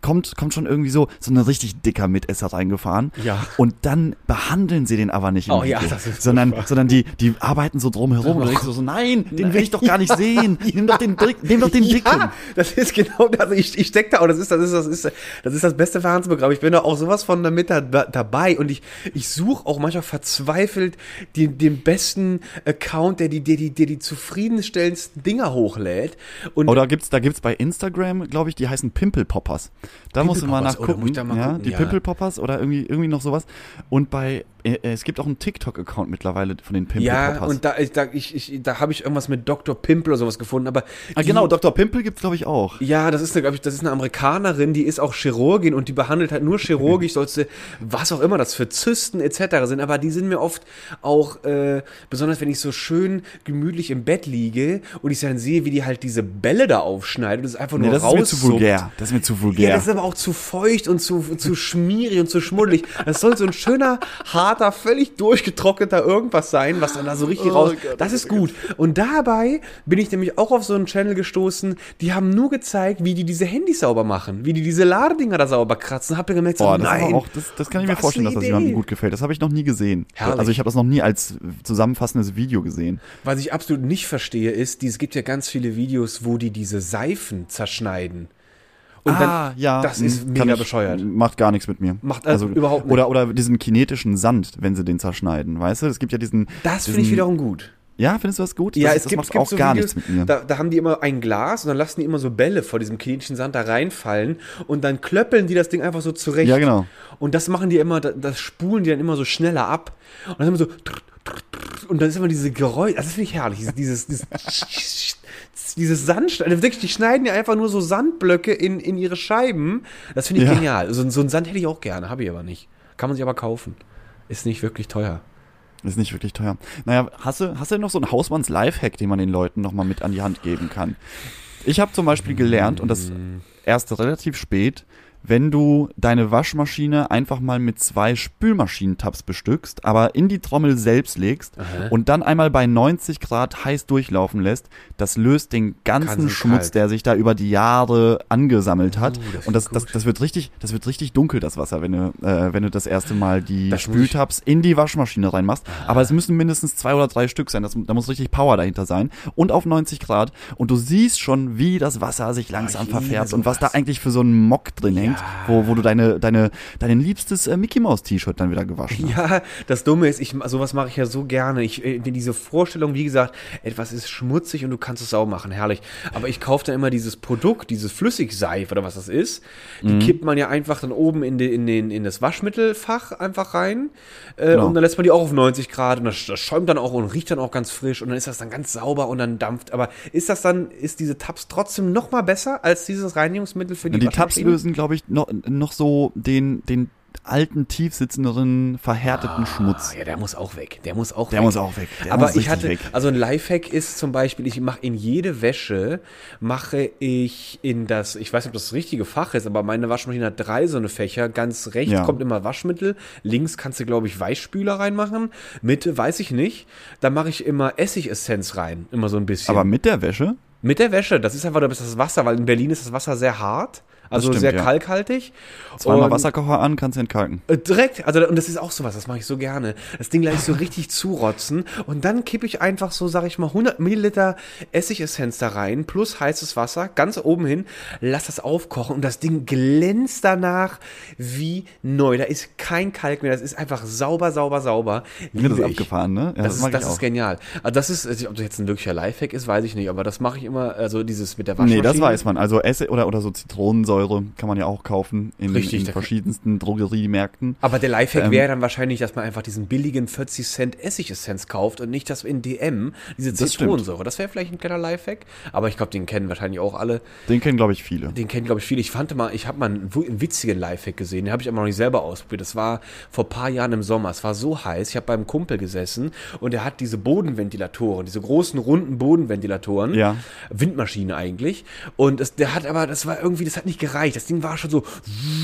kommt, kommt schon irgendwie so, so ein richtig dicker Mitesser reingefahren. Ja. Und dann behandeln sie den aber nicht im Oh ja, Video, das ist sondern, furchtbar. sondern die, die arbeiten so drumherum und du denkst so, nein, den will ich doch gar nicht sehen. Nimm doch den, Dick- nimm doch den Dicken. Ja, das ist genau das. Also ich, ich stecke da, und das ist das, ist das, ist, das ist das beste Verhandlungsprogramm. Ich bin da auch sowas von damit da, dabei und ich, ich suche auch manchmal verzweifelt den, den besten Account, der die, der die, der die zufriedenstellendsten Dinger hochlädt. Und Oder gibt's, da gibt's bei Instagram, glaube ich, die heißen Pimple Poppers. Da musst du mal Pimple Poppers, oder muss nachgucken. ich da mal ja, gucken? die Ja. Pimple Poppers oder irgendwie, irgendwie noch sowas. Und bei, äh, es gibt auch einen TikTok-Account mittlerweile von den Pimple ja, Poppers. und da, ich, da, ich, ich, da habe ich irgendwas mit Doktor Pimple oder sowas gefunden, aber ah, die- genau, Doktor Pimple gibt's, glaube ich, auch. Ja, das ist, eine, glaub ich, das ist eine Amerikanerin, die ist auch Chirurgin und die behandelt halt nur chirurgisch, solche, was auch immer das für Zysten et cetera sind, aber die sind mir oft auch, äh, besonders wenn ich so schön gemütlich im Bett liege und ich dann sehe, wie die halt diese Bälle da aufschneidet und das einfach nur Nee, das ist mir zu raussuppt. vulgär. Das ist mir zu vulgär. Ja, das ist aber auch zu feucht und zu, zu schmierig und zu schmuddelig. Das soll so ein schöner, harter, völlig durchgetrockneter irgendwas sein, was dann da so richtig Oh raus... Gott, das ist gut. Und dabei bin ich nämlich auch auf so einen Channel gestoßen, die haben nur gezeigt, wie die diese Handys sauber machen, wie die diese Ladedinger da sauber kratzen. Hab ich gemerkt, so, Boah, das, ist nein, aber auch, das, das kann ich mir was vorstellen, eine dass das Idee. jemandem gut gefällt. Das habe ich noch nie gesehen. Herrlich. Also ich habe das noch nie als zusammenfassendes Video gesehen. Was ich absolut nicht verstehe, ist, die- es gibt ja ganz viele Videos, wo die diese Seifen zerschneiden. Und dann, ja. das ist mh, mega kann ich- bescheuert. Macht gar nichts mit mir. Macht also überhaupt nicht. Oder, oder diesen kinetischen Sand, wenn sie den zerschneiden, weißt du? Es gibt ja diesen... Das diesen, finde ich wiederum gut. Ja, findest du das gut? Ja, das, es das gibt, macht es gibt auch so gar Videos, nichts mit mir. Da, da haben die immer ein Glas und dann lassen die immer so Bälle vor diesem kinetischen Sand da reinfallen und dann klöppeln die das Ding einfach so zurecht. Ja, genau. Und das machen die immer, das, das spulen die dann immer so schneller ab. Und dann immer so und dann ist immer diese Geräusche, das finde ich herrlich, dieses, dieses, dieses, dieses Sand, also wirklich, die schneiden ja einfach nur so Sandblöcke in, in ihre Scheiben. Das finde ich Ja. genial. So, so einen Sand hätte ich auch gerne, habe ich aber nicht. Kann man sich aber kaufen. Ist nicht wirklich teuer. Ist nicht wirklich teuer. Naja, hast du, hast du noch so einen Hausmanns-Lifehack, den man den Leuten nochmal mit an die Hand geben kann? Ich habe zum Beispiel gelernt, und das erst relativ spät, wenn du deine Waschmaschine einfach mal mit zwei Spülmaschinentabs bestückst, aber in die Trommel selbst legst Aha. und dann einmal bei neunzig Grad heiß durchlaufen lässt, das löst den ganzen Ganzen Schmutz, kalt. der sich da über die Jahre angesammelt hat. Uh, das und das, klingt das, gut. das wird richtig, das wird richtig dunkel, das Wasser, wenn du, äh, wenn du das erste Mal die Das muss ich- Spültabs in die Waschmaschine reinmachst. Aber es müssen mindestens zwei oder drei Stück sein. Das, da muss richtig Power dahinter sein. Und auf neunzig Grad. Und du siehst schon, wie das Wasser sich langsam ich liebe verfärbt und was da sowas. eigentlich für so ein Mock drin hängt, Ja. wo, wo du deine, deine, dein liebstes äh, Mickey Mouse T-Shirt dann wieder gewaschen hast. Ja, das Dumme ist, ich, sowas mache ich ja so gerne. Ich, äh, diese Vorstellung, wie gesagt, etwas ist schmutzig und du kannst es sauber machen, herrlich. Aber ich kaufe dann immer dieses Produkt, dieses Flüssigseife oder was das ist. Die Mhm. kippt man ja einfach dann oben in, de, in, den, in das Waschmittelfach einfach rein. Äh, Genau. Und dann lässt man die auch auf neunzig Grad und das, das schäumt dann auch und riecht dann auch ganz frisch und dann ist das dann ganz sauber und dann dampft. Aber ist das dann, ist diese Tabs trotzdem noch mal besser als dieses Reinigungsmittel für die Die Tabs Waschmaschine? lösen, glaube ich, noch, noch so den, den alten, tiefsitzenderen, verhärteten Schmutz. Ah, ja, der muss auch weg. Der muss auch Der weg. muss auch weg. Der Aber muss ich richtig hatte, weg. also ein Lifehack ist zum Beispiel, ich mache in jede Wäsche, mache ich in das, ich weiß nicht, ob das das richtige Fach ist, aber meine Waschmaschine hat drei so eine Fächer. Ganz rechts Ja. kommt immer Waschmittel, links kannst du, glaube ich, Weichspüler reinmachen, Mitte weiß ich nicht. Da mache ich immer Essigessenz rein, immer so ein bisschen. Aber mit der Wäsche? Mit der Wäsche, das ist einfach nur das Wasser, weil in Berlin ist das Wasser sehr hart. Also stimmt, sehr ja. kalkhaltig. Zweimal Und- Wasserkocher an, kannst du entkalken. äh, Direkt, also und das ist auch sowas, das mache ich so gerne. Das Ding gleich so richtig zurotzen und dann kippe ich einfach so, sag ich mal, hundert Milliliter Essigessenz da rein, plus heißes Wasser, ganz oben hin, lass das aufkochen und das Ding glänzt danach wie neu. Da ist kein Kalk mehr, das ist einfach sauber, sauber, sauber. Mir das Liebe ich. abgefahren, ne? Ja, Das, ist, mag das ich ist auch. genial. Also das ist, also ob das jetzt ein wirklicher Lifehack ist, weiß ich nicht, aber das mache ich immer, also dieses mit der Waschmaschine. Nee, das weiß man. Also Essig oder, oder so Zitronensäure kann man ja auch kaufen in, Richtig, in da kann- verschiedensten Drogeriemärkten. Aber der Lifehack Ähm, wäre dann wahrscheinlich, dass man einfach diesen billigen vierzig Cent Essigessenz kauft und nicht das in D M, diese Das Zitronensäure. Das wäre vielleicht ein kleiner Lifehack, aber ich glaube, den kennen wahrscheinlich auch alle. Den kennen, glaube ich, viele. Den kennen, glaube ich, viele. Ich fand mal, ich habe mal einen, wu- einen witzigen Lifehack gesehen, den habe ich aber noch nicht selber ausprobiert. Das war vor ein paar Jahren im Sommer. Es war so heiß, ich habe beim Kumpel gesessen und er hat diese Bodenventilatoren, diese großen, runden Bodenventilatoren. Ja. Windmaschine eigentlich. Und das, der hat aber, das war irgendwie, das hat nicht gereicht. Das Ding war schon so,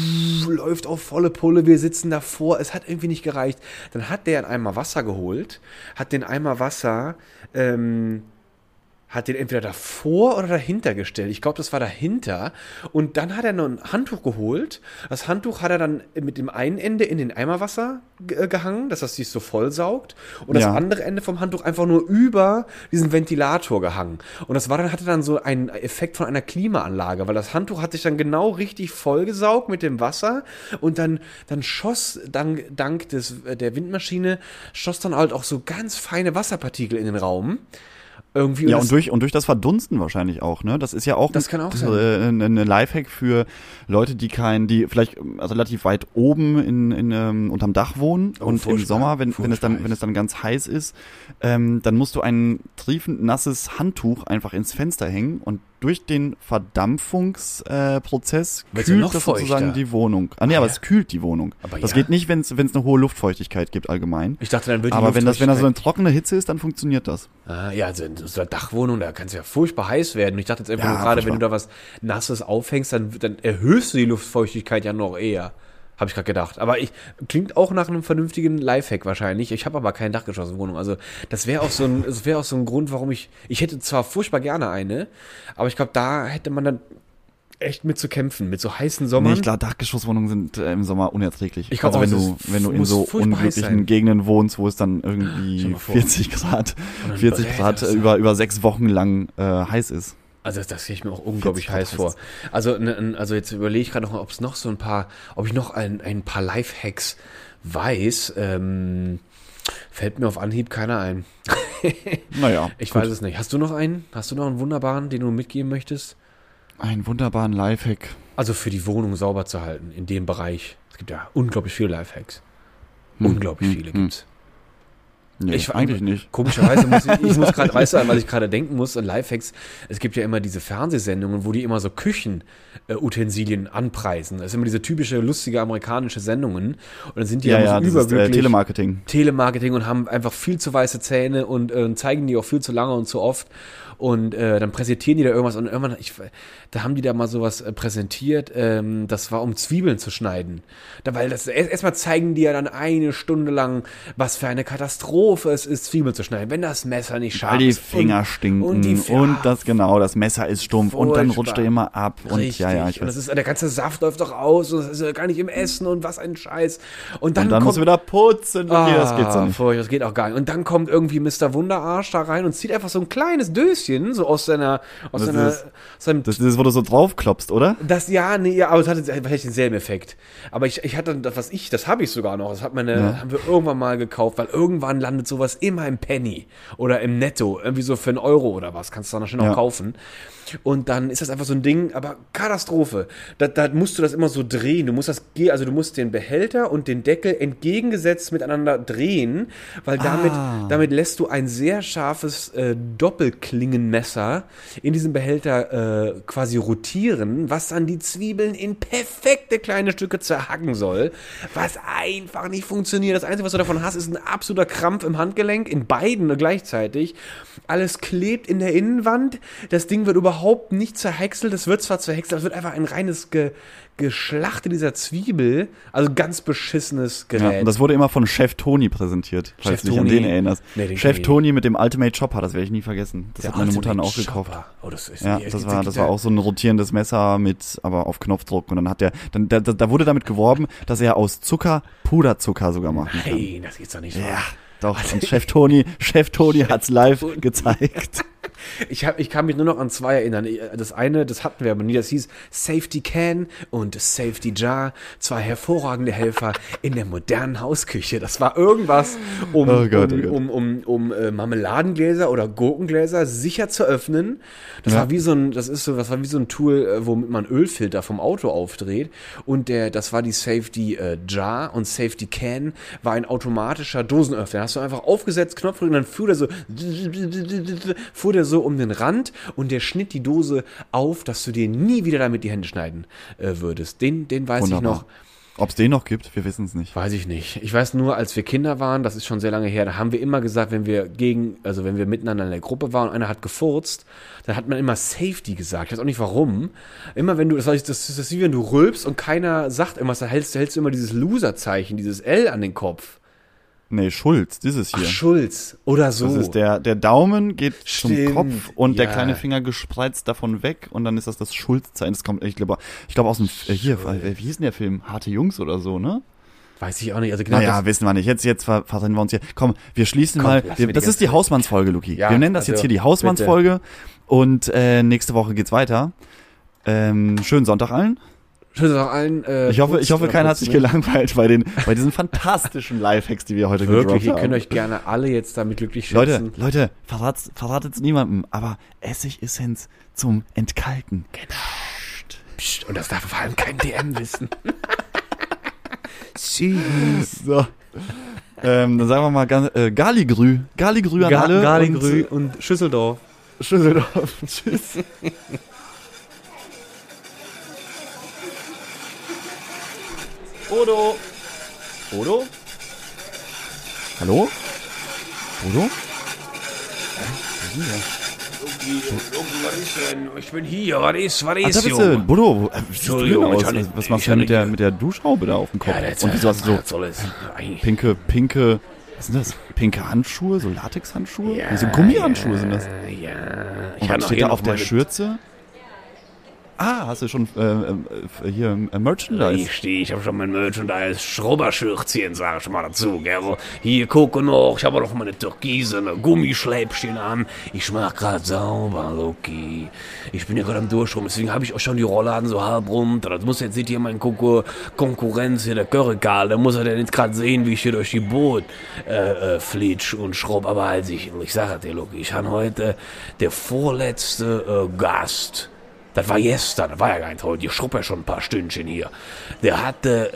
läuft auf volle Pulle, wir sitzen davor, es hat irgendwie nicht gereicht. Dann hat der einen Eimer Wasser geholt, hat den Eimer Wasser ähm, hat den entweder davor oder dahinter gestellt. Ich glaube, das war dahinter. Und dann hat er noch ein Handtuch geholt. Das Handtuch hat er dann mit dem einen Ende in den Eimerwasser ge- gehangen, dass das sich so voll saugt. Und das Ja. andere Ende vom Handtuch einfach nur über diesen Ventilator gehangen. Und das war dann, hatte dann so einen Effekt von einer Klimaanlage, weil das Handtuch hat sich dann genau richtig vollgesaugt mit dem Wasser. Und dann, dann schoss, dank, dank des, der Windmaschine, schoss dann halt auch so ganz feine Wasserpartikel in den Raum. Irgendwie Ja, das- und durch, und durch das Verdunsten wahrscheinlich auch, ne? Das ist ja auch, Das kann auch das, sein. äh, eine eine Lifehack für Leute, die kein, die vielleicht ähm, also relativ weit oben in, in ähm, unterm Dach wohnen Oh, und im furchtbar. Sommer, wenn, wenn es dann, Furchtbar wenn es dann ganz heiß ist, ähm, dann musst du ein triefend nasses Handtuch einfach ins Fenster hängen und durch den Verdampfungsprozess äh, Prozess Wird's ja kühlt noch das sozusagen feuchter. die Wohnung. Ah, nee, Ah, aber ja. es kühlt die Wohnung. Aber das ja. geht nicht, wenn es wenn es eine hohe Luftfeuchtigkeit gibt allgemein. Ich dachte, dann wird die Aber wenn das, wenn das so eine Luftfeuchtigkeit- trockene Hitze ist, dann funktioniert das. Ah, ja, also in so einer Dachwohnung, da kann es ja furchtbar heiß werden. Und ich dachte jetzt einfach Ja, nur gerade, wenn du furchtbar. da was Nasses aufhängst, dann, dann erhöhst du die Luftfeuchtigkeit ja noch eher. Habe ich gerade gedacht. Aber ich klingt auch nach einem vernünftigen Lifehack wahrscheinlich. Ich habe aber keine Dachgeschosswohnung. Also das wäre auch so ein, das wäre auch so ein Grund, warum ich, ich hätte zwar furchtbar gerne eine, aber ich glaube, da hätte man dann echt mit zu kämpfen, mit so heißen Sommern. Nee, ich glaube, Dachgeschosswohnungen sind äh, im Sommer unerträglich. Ich glaub also wenn auch, du, es ist- wenn du in muss so furchtbar heiß sein. unglücklichen Gegenden wohnst, wo es dann Stell irgendwie mal vor. vierzig Grad, Und dann vierzig brät Grad das äh, da. über, über sechs Wochen lang äh, heiß ist. Also das, das stelle ich mir auch unglaublich vierzig heiß Grad vor. Also, ne, n- also jetzt überlege ich gerade noch, ob es noch so ein paar, ob ich noch ein, ein paar Lifehacks weiß. Ähm, fällt mir auf Anhieb keiner ein. Naja, Ich gut. weiß es nicht. Hast du noch einen? Hast du noch einen wunderbaren, den du mitgeben möchtest? Einen wunderbaren Lifehack. Also für die Wohnung sauber zu halten, in dem Bereich. Es gibt ja unglaublich viele Lifehacks. Hm, Unglaublich hm, viele hm. gibt's. Nee, Ich- eigentlich nicht. Komischerweise muss ich, ich muss gerade, weißt du, an was ich gerade denken muss, an Lifehacks, es gibt ja immer diese Fernsehsendungen, wo die immer so Küchenutensilien anpreisen. Das ist immer diese typische, lustige amerikanische Sendungen. Und dann sind die Ja, ja, ja, so das ist, äh, überwirklich Telemarketing. Telemarketing und haben einfach viel zu weiße Zähne und äh, zeigen die auch viel zu lange und zu oft. Und äh, dann präsentieren die da irgendwas und irgendwann, ich, da haben die da mal sowas äh, präsentiert, ähm, das war um Zwiebeln zu schneiden. Da, weil das erst- erstmal zeigen die ja dann eine Stunde lang, was für eine Katastrophe es ist, Zwiebeln zu schneiden, wenn das Messer nicht scharf Weil die ist. Finger und, stinken und die Fi- und das genau, das Messer ist stumpf und dann Furchtbar. rutscht er immer ab und Richtig. ja, ja, ich und weiß. das ist, der ganze Saft läuft doch aus und das ist ja gar nicht im Essen und was ein Scheiß. Und dann, Und dann kommt, musst du wieder putzen. Okay, das geht so Ah, nicht. furchtbar, das geht auch gar nicht. Und dann kommt irgendwie Mister Wunderarsch da rein und zieht einfach so ein kleines Döschen so aus seiner, aus Das seiner, ist- seinem, Das ist, wo du so draufklopfst, oder? das, ja, nee, ja, aber es hatte wahrscheinlich denselben Effekt. Aber ich, ich hatte das, was ich, das habe ich sogar noch, das hat meine, Ja. haben wir irgendwann mal gekauft, weil irgendwann landet sowas immer im Penny oder im Netto, irgendwie so für einen Euro oder was, kannst du dann schnell noch Ja. kaufen. Und dann ist das einfach so ein Ding, aber Katastrophe. Da, da musst du das immer so drehen. Du musst das, ge- also du musst den Behälter und den Deckel entgegengesetzt miteinander drehen, weil damit, Ah. damit lässt du ein sehr scharfes äh, Doppelklingenmesser in diesem Behälter äh, quasi rotieren, was dann die Zwiebeln in perfekte kleine Stücke zerhacken soll, was einfach nicht funktioniert. Das Einzige, was du davon hast, ist ein absoluter Krampf im Handgelenk, in beiden gleichzeitig. Alles klebt in der Innenwand. Das Ding wird überhaupt nicht zerhäckselt. Es wird zwar zerhäckselt, aber es wird einfach ein reines Ge Geschlachte dieser Zwiebel. Also ganz beschissenes Ja, Gerät. und das wurde immer von Chef Toni präsentiert, falls Chef du dich an Toni. den erinnerst. Nee, den kenn Chef ich Toni mit dem Ultimate Chopper, das werde ich nie vergessen. Das Der hat meine Mutter dann auch Ultimate gekauft. Chopper. Oh, das ist Ja, die- das die- war, die- das war auch so ein rotierendes Messer mit, aber auf Knopfdruck. Und dann hat der, dann, da, da wurde damit geworben, dass er aus Zucker Puderzucker sogar machen kann. Nein, das geht's doch nicht. Ja, wahr. doch. Und Chef Toni, Chef Toni hat's live gezeigt. Ich, hab, ich kann mich nur noch an zwei erinnern. Das eine, das hatten wir aber nie, das hieß Safety Can und Safety Jar. Zwei hervorragende Helfer in der modernen Hausküche. Das war irgendwas, um, Oh Gott, um, oh Gott. um, um, um äh, Marmeladengläser oder Gurkengläser sicher zu öffnen. Das Ja. war wie so ein, das ist so, das war wie so ein Tool, äh, womit man Ölfilter vom Auto aufdreht. Und der, das war die Safety äh, Jar und Safety Can war ein automatischer Dosenöffner. Hast du einfach aufgesetzt, Knopf drücken, dann fuhr der so, fuhr der so um den Rand und der schnitt die Dose auf, dass du dir nie wieder damit die Hände schneiden äh, würdest. Den, den weiß ich noch. Wunderbar. Ob es den noch gibt, wir wissen es nicht. Weiß ich nicht. Ich weiß nur, als wir Kinder waren, das ist schon sehr lange her, da haben wir immer gesagt, wenn wir gegen, also wenn wir miteinander in der Gruppe waren und einer hat gefurzt, dann hat man immer Safety gesagt. Ich weiß auch nicht warum. Immer wenn du, das heißt, das ist wie wenn du rülpst und keiner sagt irgendwas, dann hältst, hältst du immer dieses Loser-Zeichen, dieses L an den Kopf. Nee, Schulz, dieses hier. Ach, Schulz. Oder so. Das ist der, der Daumen geht Stimmt, zum Kopf und ja. der kleine Finger gespreizt davon weg und dann ist das das Schulz-Zeichen. Das kommt, ich glaube, ich glaube aus dem, äh, hier, äh, wie hieß denn der Film? Harte Jungs oder so, ne? Weiß ich auch nicht. Also genau Naja, das, wissen wir nicht. Jetzt, jetzt ver- verrennen wir uns hier. Komm, wir schließen Komm, mal. lass Wir, mir die das ist ganze die Zeit. Hausmannsfolge, Luki. Ja, wir nennen das also, jetzt hier die Hausmannsfolge und äh, nächste Woche geht's weiter. Ähm, schönen Sonntag allen. Schön auch allen. Äh, Ich hoffe, putzt ich hoffe, oder keiner hat putzt sich nicht. gelangweilt bei den, bei diesen fantastischen Lifehacks, die wir heute Wirklich, gedroppt ihr haben. könnt euch gerne alle jetzt damit glücklich Leute, schätzen. Leute, verrat's, verratet's niemandem, aber Essigessenz zum Entkalken. Psst, psst, und das darf vor allem kein D M wissen. Süß. So. Ähm, dann sagen wir mal ganz, äh, Galigrü. Galigrü an alle. Garligrü und, und Schüsseldorf. Und Schüsseldorf. Tschüss. Odo. Bodo? Hallo? Bodo? Was ist denn? Ich bin hier. Was ist? Was Ach, da ist, bist du. Bodo, äh, wie siehst du denn Entschuldigung, aus? ich hatte- Was, was ich machst du denn mit hatte- der, mit der Duschhaube da auf dem Kopf? Ja, das Und wieso hast du so was soll es? Eigentlich- pinke, pinke, was sind das? Pinke Handschuhe, so Latexhandschuhe? Ja, Nee, so Gummihandschuhe ja, sind das. Ja. Und kann was auch steht hier da auf noch der meine- Schürze? Ah, hast du schon äh, äh, hier äh, Merchandise? Richtig, ich habe schon mein Merchandise Schrubberschürzchen, sag ich mal dazu, gell. Hier, gucke noch, ich habe noch meine türkisen Gummischläppchen an. Ich mach grad sauber, Loki. Ich bin ja gerade am Durchschrubben, deswegen habe ich auch schon die Rollladen so halb runter. Das muss jetzt nicht hier mein Konkur Konkurrenz hier, der Currygal, der muss er denn nicht gerade sehen, wie ich hier durch die Boot äh, äh, flitsch und schrubb. Aber halt, ich, ich sage dir, Loki, ich habe heute der vorletzte äh, Gast. Das war gestern, das war ja gar nicht heute, ich schrubb ja schon ein paar Stündchen hier. Der hatte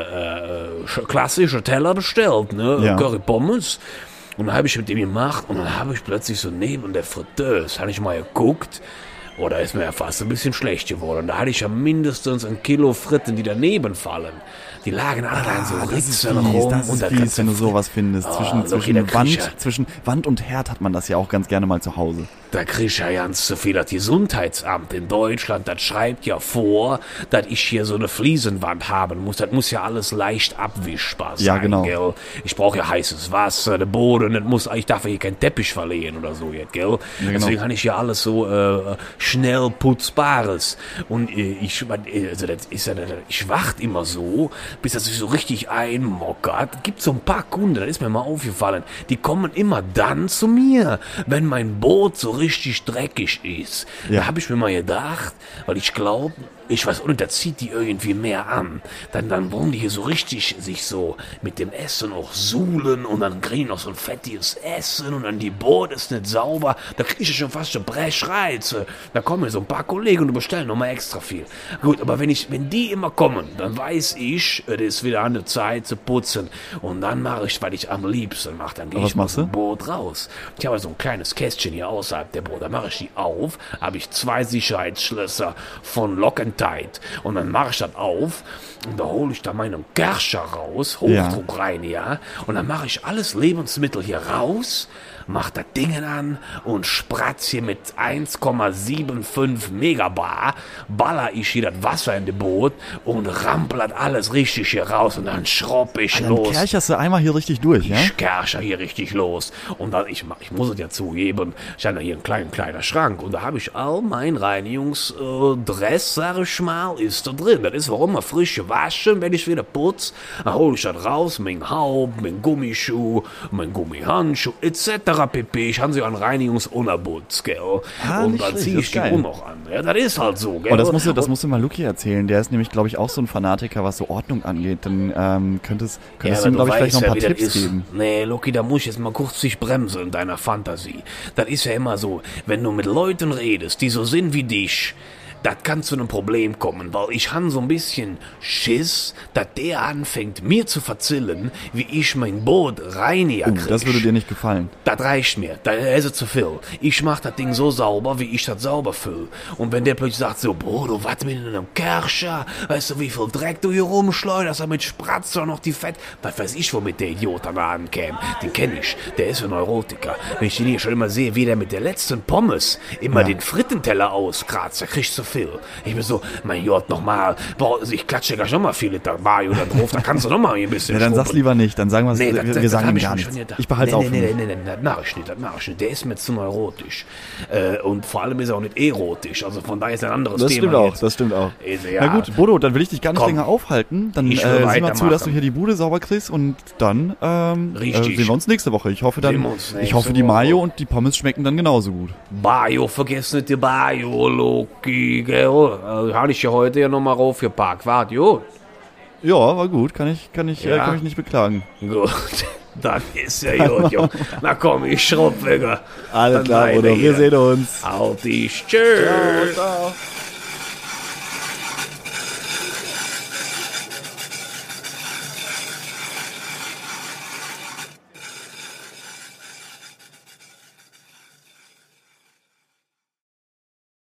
äh, äh, klassische Teller bestellt, ne, Ja. Curry Pommes. Und dann habe ich mit dem gemacht und dann habe ich plötzlich so neben der Fritteuse, habe ich mal geguckt, oh, da ist mir ja fast ein bisschen schlecht geworden. Da hatte ich ja mindestens ein Kilo Fritten, die daneben fallen. Die lagen alle da in so Ah, das ist Ritzen fies, rum. das und ist da fies, kannst wenn du du sowas findest. Ah, zwischen, Loki, zwischen, der kriegt Wand, ja- zwischen Wand und Herd hat man das ja auch ganz gerne mal zu Hause. Da krieg ich ja ganz zu viel. Das Gesundheitsamt in Deutschland, das schreibt ja vor, dass ich hier so eine Fliesenwand haben muss. Das muss ja alles leicht abwischbar sein, Ja, genau. gell? Ich brauche ja heißes Wasser, der Boden, das muss, ich darf ja hier keinen Teppich verlehen oder so jetzt, gell? genau. Deswegen habe ich ja alles so äh, schnell putzbares. Und äh, ich, also das ist ja, ich warte immer so, bis das sich so richtig einmockert. Gibt so ein paar Kunden, das ist mir mal aufgefallen, die kommen immer dann zu mir, wenn mein Boot so richtig dreckig ist. Ja. Da habe ich mir mal gedacht, weil ich glaube, ich weiß auch nicht, da zieht die irgendwie mehr an. Dann, dann wollen die hier so richtig sich so mit dem Essen auch suhlen und dann kriegen noch so ein fettiges Essen und dann die Boot ist nicht sauber. Da kriege ich schon fast schon Brechreize. Da kommen hier so ein paar Kollegen und bestellen nochmal extra viel. Gut, aber wenn ich, wenn die immer kommen, dann weiß ich, es ist wieder an der Zeit zu putzen. Und dann mache ich, weil ich am liebsten mache, dann gehe Was ich mal machst so du? ein Boot raus. Ich habe so ein kleines Kästchen hier außerhalb der Boot. Da mache ich die auf, habe ich zwei Sicherheitsschlösser von Lock and Tight. Und dann mache ich das auf und da hole ich da meinen Gerscher raus, Hochdruck rein, ja. Und dann mache ich alles Lebensmittel hier raus, mach das Ding an und spratz hier mit eins Komma fünfundsiebzig Megabar, baller ich hier das Wasser in das Boot und rampel das alles richtig hier raus und dann schropp ich Dann los. kercherst du einmal hier richtig durch, ja? Ich kersche hier richtig los. Und dann, ich, ich muss es ja zugeben, ich habe hier einen kleinen, kleiner Schrank und da habe ich all mein Reinigungsdress, sag ich mal, ist da drin. Das ist warum immer frische Waschen, wenn ich wieder putz, dann hole ich das raus, mein Haupt, mein Gummischuh, mein Gummihandschuh, et cetera pp. Ich habe sie an Reinigungsunterbutz, gell. Ah, und nicht dann schlecht, ziehe das ich ist die geil. auch noch an. Ja, das ist halt so, gell. Oh, das musst du, das Und- musst du mal Luki erzählen. Der ist nämlich, glaube ich, auch so ein Fanatiker, was so Ordnung angeht. Dann ähm, könntest, könntest du ihm, glaube ich, vielleicht noch ein paar wie das Tipps ist. geben. Nee, Loki, da muss ich jetzt mal kurz dich bremsen in deiner Fantasie. Das ist ja immer so, wenn du mit Leuten redest, die so sind wie dich, das kann zu einem Problem kommen, weil ich han so ein bisschen Schiss, dass der anfängt, mir zu verzillen, wie ich mein Boot reiniger Oh, krieg. das würde dir nicht gefallen. Das reicht mir, das ist es zu viel. Ich mach das Ding so sauber, wie ich das sauber füll. Und wenn der plötzlich sagt so, boah, du was mit einem Kerscher, weißt du, wie viel Dreck du hier rumschleuderst, damit spratzt doch noch die Fett. Was weiß ich, womit der Idiot da ankäme. Den kenne ich, der ist ein Neurotiker. Wenn ich den hier schon immer sehe, wie der mit der letzten Pommes immer Ja. den Frittenteller auskratzt, da kriegst du viel. Ich bin so, mein Gott, nochmal, boah, ich klatsche gar schon mal viel Liter Mayo da drauf, da kannst du noch mal ein bisschen Ja, dann sag's lieber nicht, dann sagen wir's, Nee, wir, das, wir das, sagen das ihm hab gar mir nichts. schon gedacht. Ich behalte es nee, auf. nee, nee, nee, nee, nee, das mach ich nicht, das mach ich nicht. Der ist mir zu neurotisch. Äh, und vor allem ist er auch nicht erotisch, also von daher ist ein anderes Das Thema. stimmt auch, jetzt. das stimmt auch. Also, ja, Na gut, Bodo, dann will ich dich gar nicht Komm. länger aufhalten. Dann äh, Ich will sieh mal zu, weitermachen. dass du hier die Bude sauber kriegst und dann ähm, äh, Richtig. sehen wir uns nächste Woche. Ich hoffe dann, Sehen wir uns ich nächste hoffe die Woche. Mayo und die Pommes schmecken dann genauso gut. Bayo, vergiss nicht die Bayo, Loki, gell? Äh, Habe ich ja heute ja nochmal raufgepackt, wart, gut. Ja, war gut, kann ich, kann ich, äh, Ja. kann mich nicht beklagen. Gut, das ist ja gut, Junge. Na komm, ich schrubb, Digga. Alles Dann klar, weiter Bodo, wir hier. sehen uns. Auf die Tschüss. Ciao.